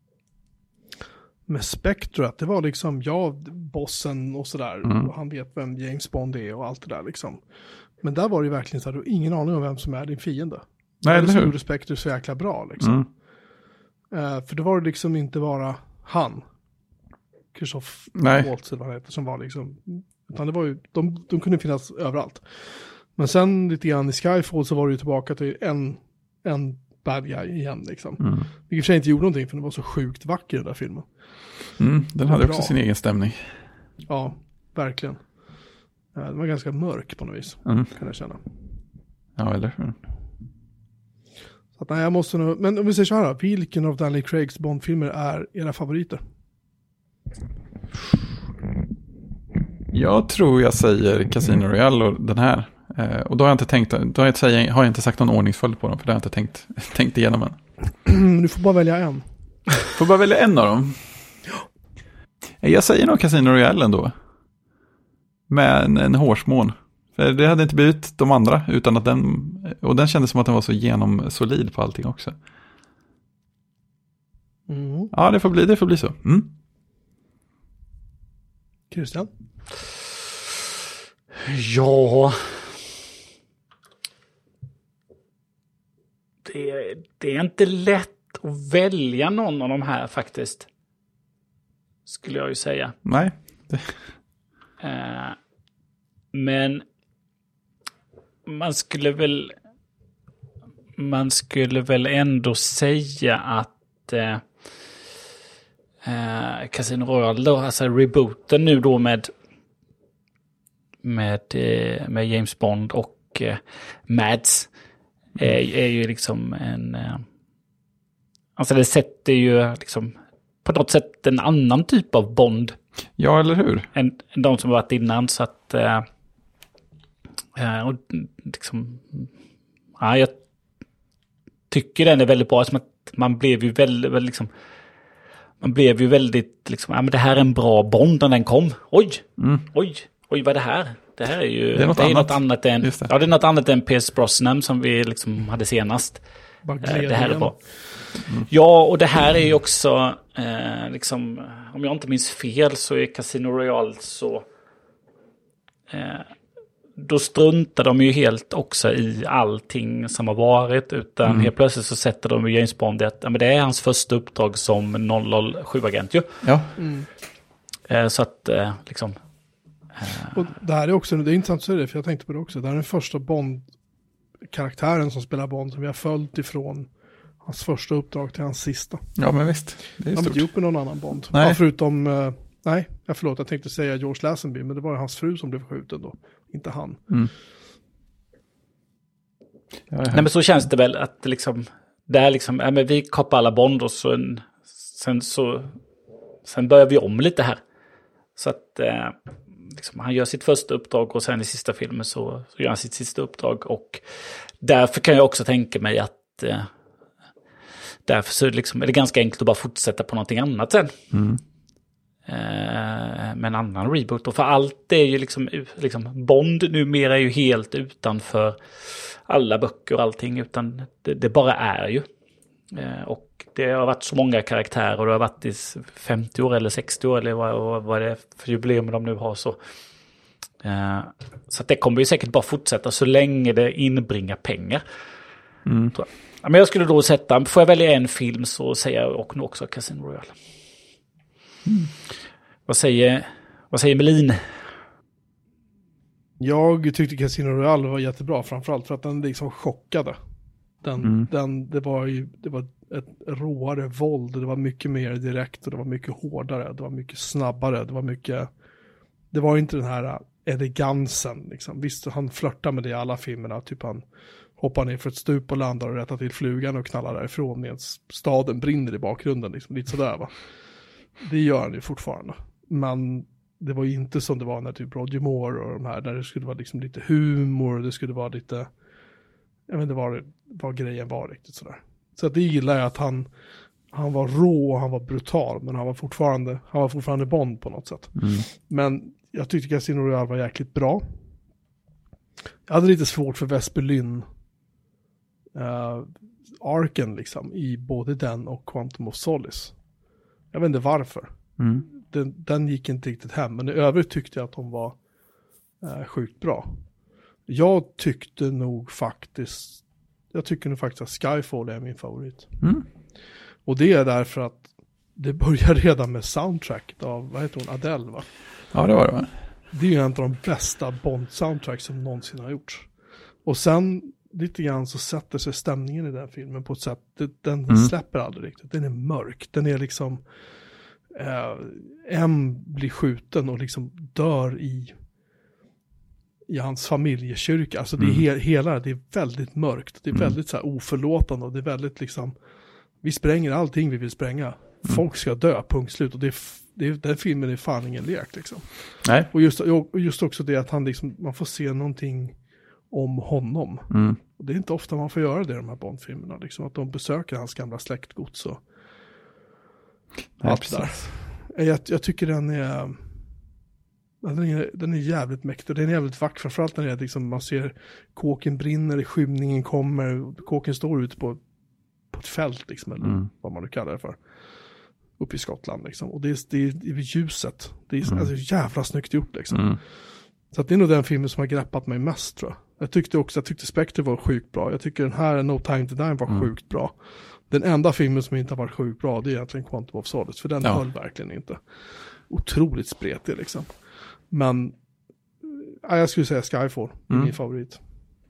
med Spectre. Det var liksom, ja, bossen och sådär. Mm. Och han vet vem James Bond är och allt det där liksom. Men där var det ju verkligen så att du har ingen aning om vem som är din fiende. Nej, eller hur? Det gjorde Spectre så jäkla bra liksom. Mm. Uh, för det var det liksom inte bara han. Christoph Waltz eller vad han heter, som var liksom, utan det var ju, de, de kunde finnas överallt. Men sen lite grann i Skyfall så var det ju tillbaka till en, en bad guy igen liksom. Mm. Vilket för sig inte gjorde någonting för den var så sjukt vacker den där filmen. Mm, den hade också sin egen stämning. Ja, verkligen. Ja, den var ganska mörk på något vis, mm. kan jag känna. Ja, eller hur? Så att, nej, jag måste nog, men om vi säger så här, vilken av Daniel Craigs Bond-filmer är era favoriter? Jag tror jag säger Casino Royale och den här. Eh, och då har jag inte tänkt, då har jag inte, säga, har jag inte sagt någon ordningsföljd på dem, för det har jag inte tänkt, tänkt igenom än. Du får bara välja en. Får bara välja en av dem? Ja. Jag säger nog Casino Royale ändå. Med en, en hårsmån. För det hade inte blivit de andra utan att den, och den kändes som att den var så genomsolid på allting också. Mm. Ja, det får bli, det får bli så. Mm. Christian? Ja. Det, det är inte lätt att välja någon av de här faktiskt. Skulle jag ju säga. Nej. Det... Uh, men man skulle väl man skulle väl ändå säga att uh, uh, Casino Royale då, alltså rebooten nu då med med, uh, med James Bond och uh, Mads mm. är, är ju liksom en uh, alltså det sätter ju liksom på något sätt en annan typ av Bond. Ja, eller hur? Än, än de som varit innan, så att uh, uh, och liksom ja, jag tycker den är väldigt bra, som att man blev ju väldigt, väldigt liksom man blev ju väldigt liksom, ja men det här är en bra Bond när den kom. Oj, mm. oj, oj vad är det här? Det här är ju det är något, det är annat. något annat än det. Ja, det är något annat än Pierce Brosnan som vi liksom hade senast. Uh, det här är bra. Mm. Ja, och det här är ju också eh, liksom, om jag inte minns fel så är Casino Royale så eh, då struntar de ju helt också i allting som har varit, utan mm. helt plötsligt så sätter de ju James Bond att ja, men det är hans första uppdrag som noll noll sju-agent ju. Ja. Mm. Eh, så att eh, liksom eh. och det här är också, det är intressant att säga det, för jag tänkte på det också, det här är den första Bond karaktären som spelar Bond som vi har följt ifrån hans första uppdrag till hans sista. Ja, men visst. Det är Han har stort. inte gjort med någon annan Bond. Nej. Ja, förutom, uh, nej, jag förlåt, jag tänkte säga George Lazenby, men det var hans fru som blev skjuten då, inte han. Mm. Nej, men så känns det väl att liksom, det är liksom, ja, men vi koppar alla Bond och så en, sen så, sen börjar vi om lite här. Så att eh, liksom, han gör sitt första uppdrag och sen i sista filmen så, så gör han sitt sista uppdrag. Och därför kan jag också tänka mig att eh, därför så liksom, är det ganska enkelt att bara fortsätta på någonting annat sen. Mm. Eh, med en annan reboot. Och för allt är ju liksom, liksom Bond numera är ju helt utanför alla böcker och allting, utan det, det bara är ju. Eh, och det har varit så många karaktärer och det har varit i femtio år eller sextio år eller vad, vad det är för jubileum de nu har. Så, eh, så att det kommer ju säkert bara fortsätta så länge det inbringar pengar. Mm. Jag. Ja, men jag skulle då sätta, får jag välja en film så säger jag och nu också Casino Royale. Mm. Vad säger, vad säger Melin? Jag tyckte Casino Royale var jättebra, framförallt för att den liksom chockade. Den, Mm. den, det var ju det var ett råare våld, det var mycket mer direkt och det var mycket hårdare, det var mycket snabbare, det var mycket, det var inte den här elegansen liksom. Visst, han flörtar med det i alla filmerna, typ han hoppar ner för ett stup och landar och rättar till flugan och knallar därifrån medan staden brinner i bakgrunden, liksom, lite sådär va. Det gör han ju fortfarande, men det var ju inte som det var när typ Roger Moore och de här, där det skulle vara liksom lite humor, det skulle vara lite, jag vet inte vad, vad grejen var riktigt sådär. Så att det gillar jag, att han, han var rå och han var brutal, men han var fortfarande, han var fortfarande Bond på något sätt. Mm. Men jag tyckte Casino Royale var jäkligt bra. Jag hade lite svårt för Vesper Lynn uh, arken liksom, i både den och Quantum of Solace. Jag vet inte varför. Mm. Den, den gick inte riktigt hem, men i övrigt tyckte jag att de var uh, sjukt bra. Jag tyckte nog faktiskt jag tycker nog faktiskt att Skyfall är min favorit. Mm. Och det är därför att det börjar redan med soundtracket av, vad heter hon, Adele va? Ja, det var det va? Det är ju en av de bästa Bond-soundtracks som någonsin har gjorts. Och sen lite grann så sätter sig stämningen i den filmen på ett sätt, den mm. släpper aldrig riktigt. Den är mörk, den är liksom eh, M blir skjuten och liksom dör i i hans familjekyrka. Alltså det är he- hela, det är väldigt mörkt. Det är mm. väldigt så här oförlåtande och det är väldigt liksom, vi spränger allting vi vill spränga. Mm. Folk ska dö, punkt slut. Och det är, det är, den filmen är fan ingen lek liksom. Nej. Och just, och just också det att han liksom, man får se någonting om honom. Mm. Och det är inte ofta man får göra det i de här Bond-filmerna. Liksom, att de besöker hans gamla släktgods och Nej, allt där. Jag, jag tycker den är Den är, den är jävligt mäktig. Den är jävligt vacker. Framförallt när det är liksom, man ser kåken brinner, skymningen kommer. Kåken står ute på, på ett fält liksom, eller mm. vad man nu kallar det för. Uppe i Skottland liksom. Och det är, det är, det är ljuset. Det är mm. alltså, jävla snyggt gjort liksom. Mm. Så att det är nog den filmen som har greppat mig mest tror jag. Jag tyckte också, jag tyckte Spectre var sjukt bra. Jag tycker den här No Time to Die var mm. sjukt bra. Den enda filmen som inte har varit sjukt bra, det är egentligen Quantum of Solace. För den ja. höll verkligen inte. Otroligt spretig liksom. Men ja, jag skulle säga Skyfall, mm. min favorit.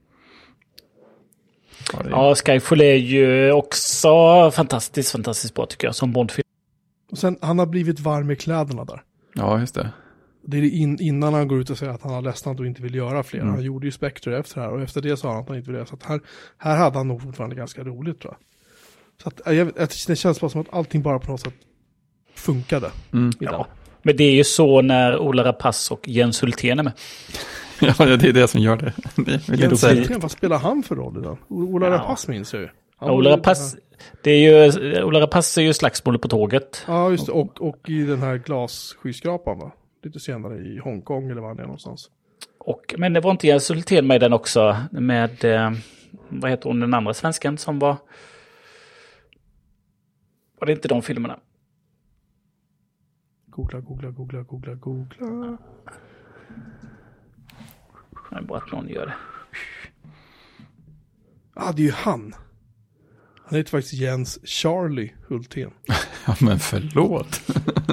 Ja, Skyfall är ju också fantastiskt, fantastiskt bra tycker jag, som Bondfilm. Och sen, han har blivit varm i kläderna där. Ja, just det. Det är in, innan han går ut och säger att han har ledsnat och inte vill göra fler. Mm. Han gjorde ju Spectre efter det här och efter det sa han att han inte vill göra. Så att här, här hade han nog fortfarande ganska roligt tror jag. Så att, jag, det känns bara som att allting bara på något sätt funkade. Mm. Ja. Men det är ju så när Ola Rapace och Jens Hultén är med. Ja, det är det som gör det. det Jens Hultén, vad spelar han för roll i den? Ola ja. Rapace minns jag ju. Ja, Ola Rapace, det är ju, Ola Rapace är ju slagsmål på tåget. Ja, just det. Och, och i den här glasskyskrapan va? Lite senare i Hongkong eller var han är någonstans. Och, men det var inte Jens Hultén med den också. Med, eh, vad heter hon, den andra svenskan som var... Var det inte de filmerna? Googla, googla, googla, googla, googla. Det är bara att någon gör det. Ah, det är ju han. Han heter faktiskt Jens Charlie Hultén. Ja, men förlåt.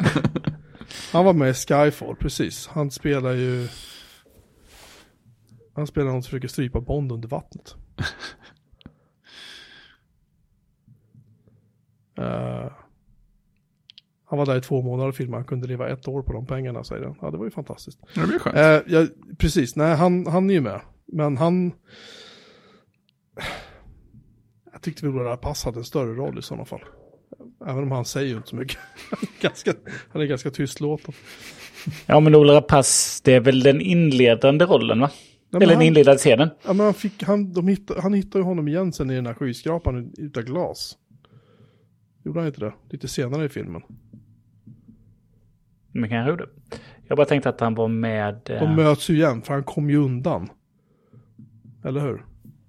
Han var med i Skyfall, precis. Han spelar ju... Han spelar någon som försöker strypa Bond under vattnet. uh, han var där i två månader och filmade. Han kunde leva ett år på de pengarna, säger han. Ja, det var ju fantastiskt. Det blir skönt. Uh, ja, precis, nej, han, han är ju med. Men han... Jag tyckte väl att Pass hade en större roll i sådana fall. Även om han säger ju inte så mycket. ganska, han är ganska tystlåten. Ja, men Ola Rapace, det är väl den inledande rollen, va? Nej, Eller han, den inledande scenen. Ja, men han, fick, han, de hittade, han hittade ju honom igen sen i den här skyskrapan utav glas. Gjorde han inte det? Lite senare i filmen. Men kan jag gjorde. Jag bara tänkte att han var med... De Eh... möts ju igen, för han kom ju undan. Eller hur?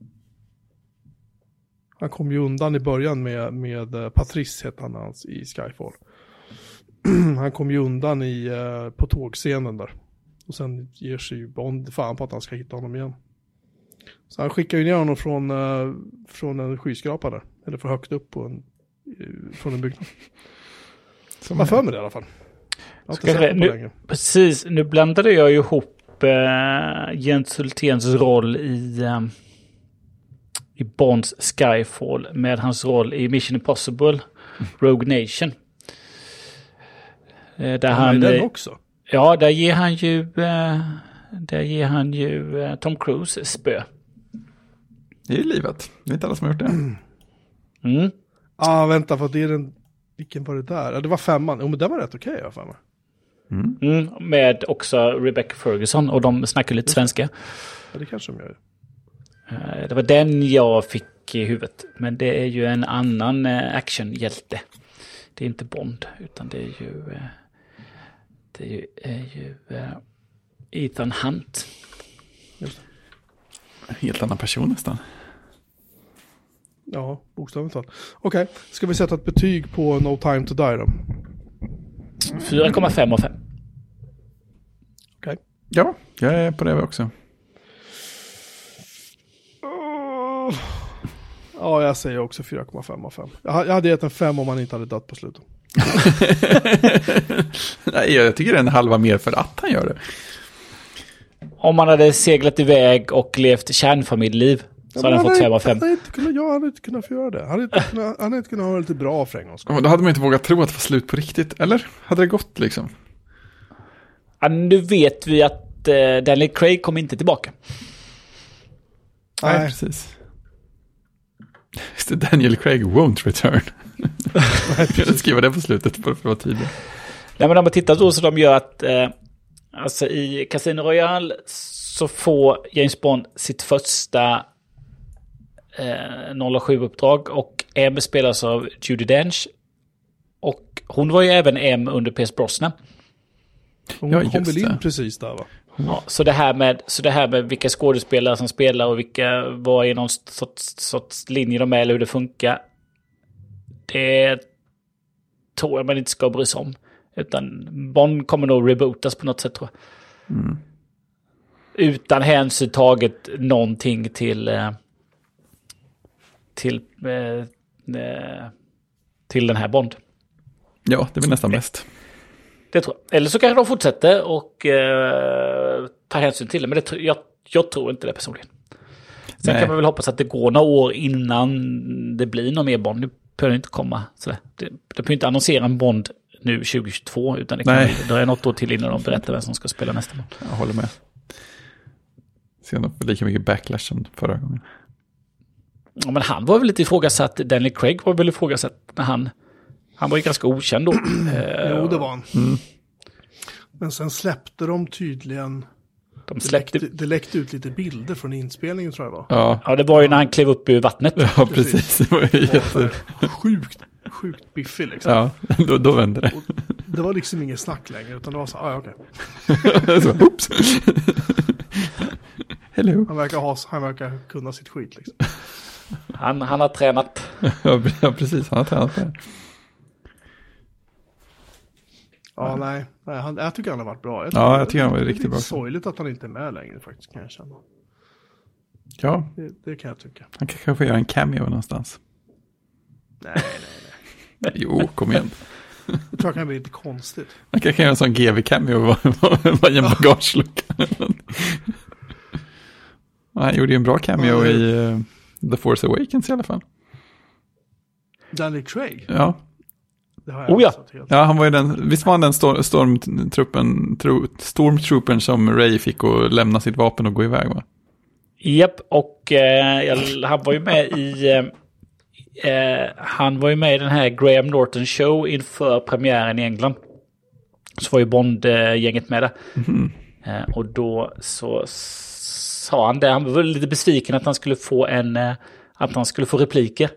Han kom ju undan i början med, med Patrice, hette han hans, i Skyfall. Han kom ju undan i, uh, på tågscenen där. Och sen ger sig ju Bond fan på att han ska hitta honom igen. Så han skickar ju ner honom från, uh, från en skyskrapa där. Eller för högt upp på en, uh, från en byggnad. Som jag för mig det i alla fall. Jag har inte sett det på nu, länge. Precis, nu blandade jag ju ihop uh, Jens Hulténs roll i... Uh, i Bonds Skyfall med hans roll i Mission Impossible Rogue Nation. Där ja, han den också. Ja, där ger han ju där ger han ju Tom Cruise spö. Det är ju livet. Det är inte alla som har gjort det. Mm. Ja, ah, vänta, för det är den... Vilken var det där? Ja, det var femman. Jo, men det var rätt okej, jag för mig. Mm. Mm, med också Rebecca Ferguson, och de snackar lite svenska. Ja, det kanske de gör. Det var den jag fick i huvudet. Men det är ju en annan actionhjälte. Det är inte Bond, utan det är ju det är ju, är ju Ethan Hunt. Helt annan person nästan. Ja, bokstavligt talat. Okej, okay. Ska vi sätta ett betyg på No Time to Die då? fyra komma fem av fem. Okej. Okay. Ja, jag är på det också. Ja, jag säger också fyra komma fem av fem. Jag hade gett en fem om man inte hade dött på slutet. Nej, jag tycker det är en halva mer för att han gör det. Om man hade seglat iväg och levt kärnfamiljeliv så ja, hade han fått fem av fem. Han hade inte kunnat, jag hade inte kunnat få göra det. Han hade inte kunnat, han hade inte kunnat ha det lite bra för en gång. Ja, då hade man inte vågat tro att det var slut på riktigt. Eller? Hade det gått liksom? Ja, nu vet vi att uh, Daniel Craig kommer inte tillbaka. Nej, Nej precis. Just det, Daniel Craig won't return. Jag kan skriva det på slutet för att vara tydlig. Nej, men om man tittar då så de gör att eh, alltså i Casino Royale så får James Bond sitt första eh, noll sju-uppdrag och M spelas av Judi Dench. Och hon var ju även M under Pierce Brosnan. Hon ja, kom väl in precis där, va? Ja, så det här med så det här med vilka skådespelare som spelar och vilka var i någon sorts, sorts linje de är eller hur det funkar, det tror jag man inte ska bry sig om, utan Bond kommer nog rebootas på något sätt, tror jag. Mm. Utan hänsyn taget någonting till eh, till eh, till den här Bond. Ja, det är väl nästan bäst. Det tror jag. Eller så kanske de fortsätter och eh, tar hänsyn till det. Men det, jag, jag tror inte det personligen. Sen Nej. kan man väl hoppas att det går några år innan det blir någon mer Bond. Nu behöver det inte komma sådär. Det, det behöver inte annonsera en Bond nu tjugo tjugotvå. Utan det kan det är något år till innan de berättar vem som ska spela nästa Bond. Jag håller med. Ser nog lika mycket backlash som förra gången. Ja, men han var väl lite ifrågasatt. Daniel Craig var väl ifrågasatt när han... Han var ju ganska okänd då. Jo, det var han. Mm. Men sen släppte de tydligen... De släppte... det, läckte, det läckte ut lite bilder från inspelningen, tror jag var. Ja, ja det var ju när han klev upp ur vattnet. Ja, precis. Det var ju jätte... Sjukt, sjukt biffig liksom. Ja, då, då vände det. Och det var liksom ingen snack längre, utan det var så, ah, ja, okej. Okay. Oops. Hello. Han verkar, ha, han verkar kunna sitt skit liksom. Han, han har tränat. Ja, precis. Han har tränat det. Ja, ja, nej. nej han, jag tycker han har varit bra. Jag ja, jag tycker han var riktigt bra. Det är sorgligt att han inte är med längre faktiskt, kan jag känna. Ja. Det, det kan jag tycka. Han kanske får göra en cameo någonstans. Nej, nej, nej. Jo, kom igen. Jag tror jag kan bli lite konstigt. Han kanske kan göra en sån G V-cameo och vara en bagagelucka. Han gjorde ju en bra cameo mm. i uh, The Force Awakens i alla fall. Daniel Craig? Ja. Det har jag oh ja. Ja, han var ju den, visst var han den stor, stormtruppen, tro, stormtroopern som Rey fick att lämna sitt vapen och gå iväg, va? Japp, och eh, han var ju med i eh, han var ju med i den här Graham Norton show inför premiären i England. Så var ju Bond-gänget med där. Mm. Eh, och då så sa han det, han var lite besviken att han skulle få en eh, att han skulle få repliker.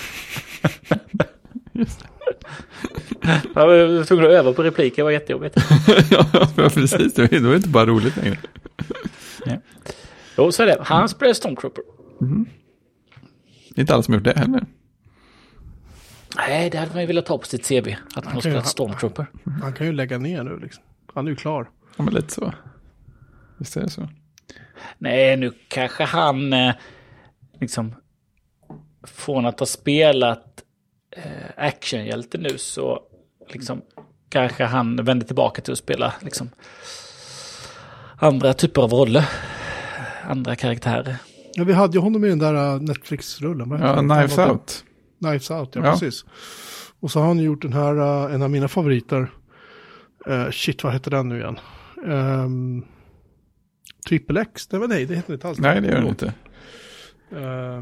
Just det. Jag var tvungen att öva på repliker, det var jättejobbigt. Ja, precis. Det var inte bara roligt längre. Ja. Jo, så är det. Han spelar Stormtrooper. Mm. Det är inte alla som gjort det heller. Nej, det hade man ju velat ta på sitt C V. Att han har spelat Stormtrooper. Han, han kan ju lägga ner nu liksom. Han är ju klar. Ja, men lite så. Visst är det så. Nej, nu kanske han eh, liksom från att ha spelat eh, actionhjälte nu så liksom kanske han vänder tillbaka till att spela liksom andra typer av roller. Andra karaktärer. Ja, vi hade ju honom i den där Netflix-rullen. Ja, Knives Out. Knives Out, ja, ja, precis. Och så har han gjort den här, en av mina favoriter. Uh, shit, vad heter den nu igen? Um, Triple X? Nej, nej, det heter inte alls. Nej, det gör det inte. Uh,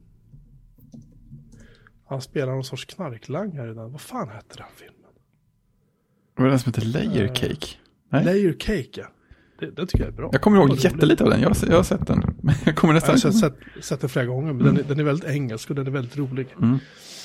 han spelar någon sorts knarklangare i den. Vad fan heter den filmen? Vad är den som heter Layer Cake? Uh, Layer Cake, ja. Det, det tycker jag är bra. Jag kommer ihåg jättelite av den. Jag har, jag har sett den. Jag kommer nästan... Jag har sett, sett den flera gånger, men mm. den, är, den är väldigt engelsk och den är väldigt rolig. Mm.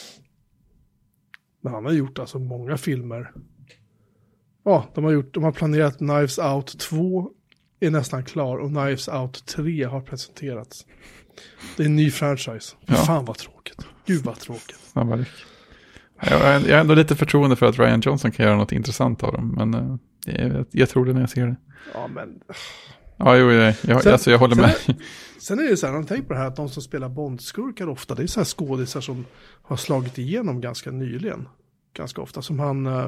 Men han har gjort alltså många filmer. Ja, de har, gjort, de har planerat Knives Out två är nästan klar och Knives Out tre har presenterats. Det är en ny franchise. Ja. Fan vad tråkigt. Gud vad tråkigt. Ja, vad jag har ändå lite förtroende för att Ryan Johnson kan göra något intressant av dem, men uh, jag, jag tror det när jag ser det. Ja, men... Ja, jo, jag, jag, sen, alltså, jag håller sen med. Är, sen är det så här, man tänker på det här att de som spelar Bondskurkar ofta, det är så här skådisar som har slagit igenom ganska nyligen. Ganska ofta, som han uh,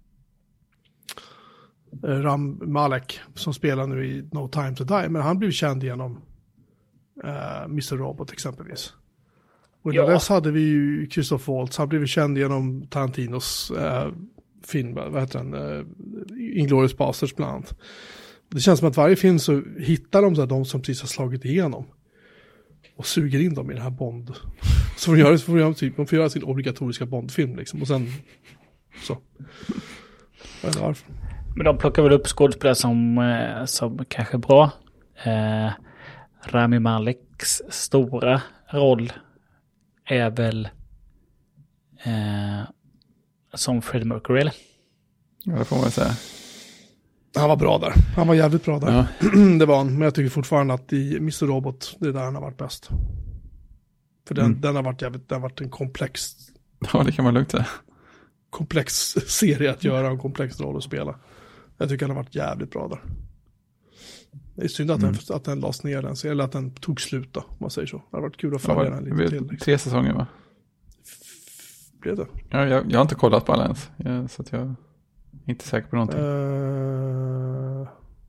Ram Malek som spelar nu i No Time to Die, men han blev känd genom uh, mister Robot exempelvis. Och ja. Dess hade vi ju Christoph Waltz, han blev känd genom Tarantinos uh, film, vad heter den? Uh, Inglourious Basterds bland annat. Det känns som att varje film så hittar de så här, de som precis har slagit igenom och suger in dem i den här Bond. Så får de göra, får de göra, typ, de får göra sin obligatoriska Bond-film liksom, och sen så. Jag vet inte varför. Men de plockar väl upp skådespelare som, eh, som kanske är bra. Eh, Rami Maleks stora roll är väl eh, som Freddie Mercury, eller? Ja, det får man säga. Han var bra där. Han var jävligt bra där. Ja. Det var han. Men jag tycker fortfarande att i mister Robot, det är där han har varit bäst. För den, mm. den har varit jävligt, den har varit en komplex... Ja, det kan man lugnt säga. Komplex serie att göra, en komplex roll att spela. Jag tycker han har varit jävligt bra där. Det är synd att, mm. den, att den lades ner den, eller att den tog slut då, om man säger så. Det har varit kul att följa ja, den lite till. Liksom. Tre säsonger, va? Blev det? Ja, jag, jag har inte kollat på alla ens, jag, så att jag... Inte säker på någonting. Uh,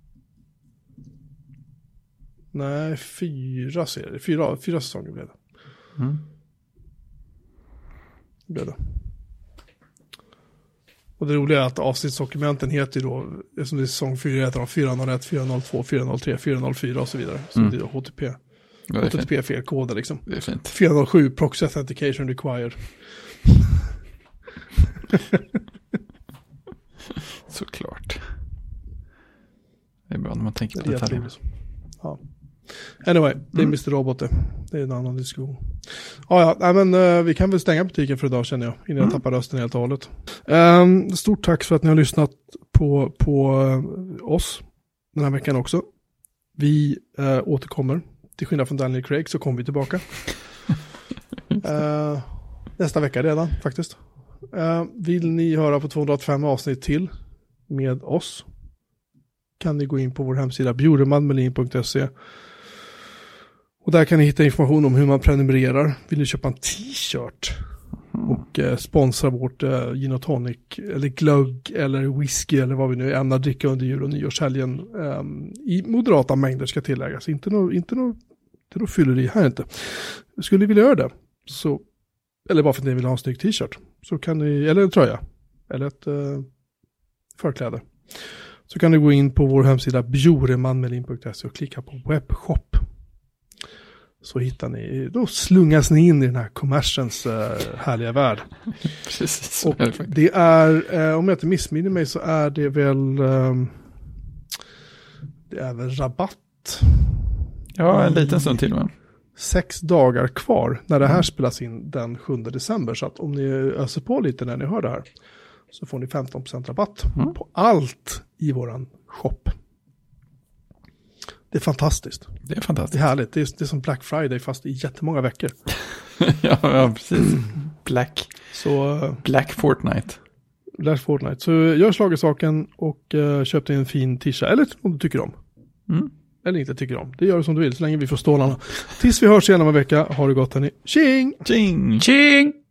nej, fyra serier. Fyra, fyra säsonger blev det. Mm. Det blev det. Och det roliga är att avsnittsdokumenten heter ju då, som det är säsong fyra heter de fyra noll ett, fyra noll två, fyra noll tre, fyra noll fyra och så vidare. Så mm. det är H T T P. Ja, H T T P-felkoder liksom. Det är fint. fyra noll sju, Proxy Authentication Required. Såklart. Det är bra när man tänker på det här. Ja. Anyway, det är mm. mister Robot det. Det är en annan diskussion. Ja, ja, nej, men uh, vi kan väl stänga butiken för idag känner jag. Innan mm. jag tappar rösten helt och hållet. Um, stort tack för att ni har lyssnat på, på uh, oss den här veckan också. Vi uh, återkommer. Till skillnad från Daniel Craig så kommer vi tillbaka. uh, nästa vecka redan faktiskt. Uh, vill ni höra på tvåhundraåttiofem avsnitt till med oss kan ni gå in på vår hemsida bjuremanmelin punkt se och där kan ni hitta information om hur man prenumererar. Vill ni köpa en t-shirt och eh, sponsra vårt eh, gin och tonic eller glögg eller whisky eller vad vi nu ämnar dricka under jul- och nyårshelgen eh, i moderata mängder ska tilläggas. Inte något inte nå Det då fyller det här inte. Skulle ni vilja göra det, så, eller bara för att ni vill ha en snygg t-shirt, så kan ni, eller en tröja, eller ett uh, förkläde, så kan ni gå in på vår hemsida bjoremanmelin punkt se och klicka på webbshop. Så hittar ni, då slungas ni in i den här kommersens uh, härliga värld. Precis. Och det är, uh, om jag inte missminner mig, så är det väl um, det är väl rabatt. Ja, en liten stund till och med. Sex dagar kvar när det här spelas in den sjunde december. Så att om ni öser på lite när ni hör det här, så får ni femton procent rabatt mm. på allt i våran shop. Det är fantastiskt. Det är fantastiskt. Det är härligt. Det är, det är som Black Friday fast i jättemånga veckor. ja, ja, precis. Black. Så, Black Fortnite. Black Fortnite. Så gör slag i saken och uh, köp dig en fin t-shirt. Eller om du tycker om. Mm. Eller inte tycker om. Det gör du som du vill så länge vi får stålarna. Tills vi hörs igen om en vecka. Ha det gott hörni. Tjing! Tjing! Tjing!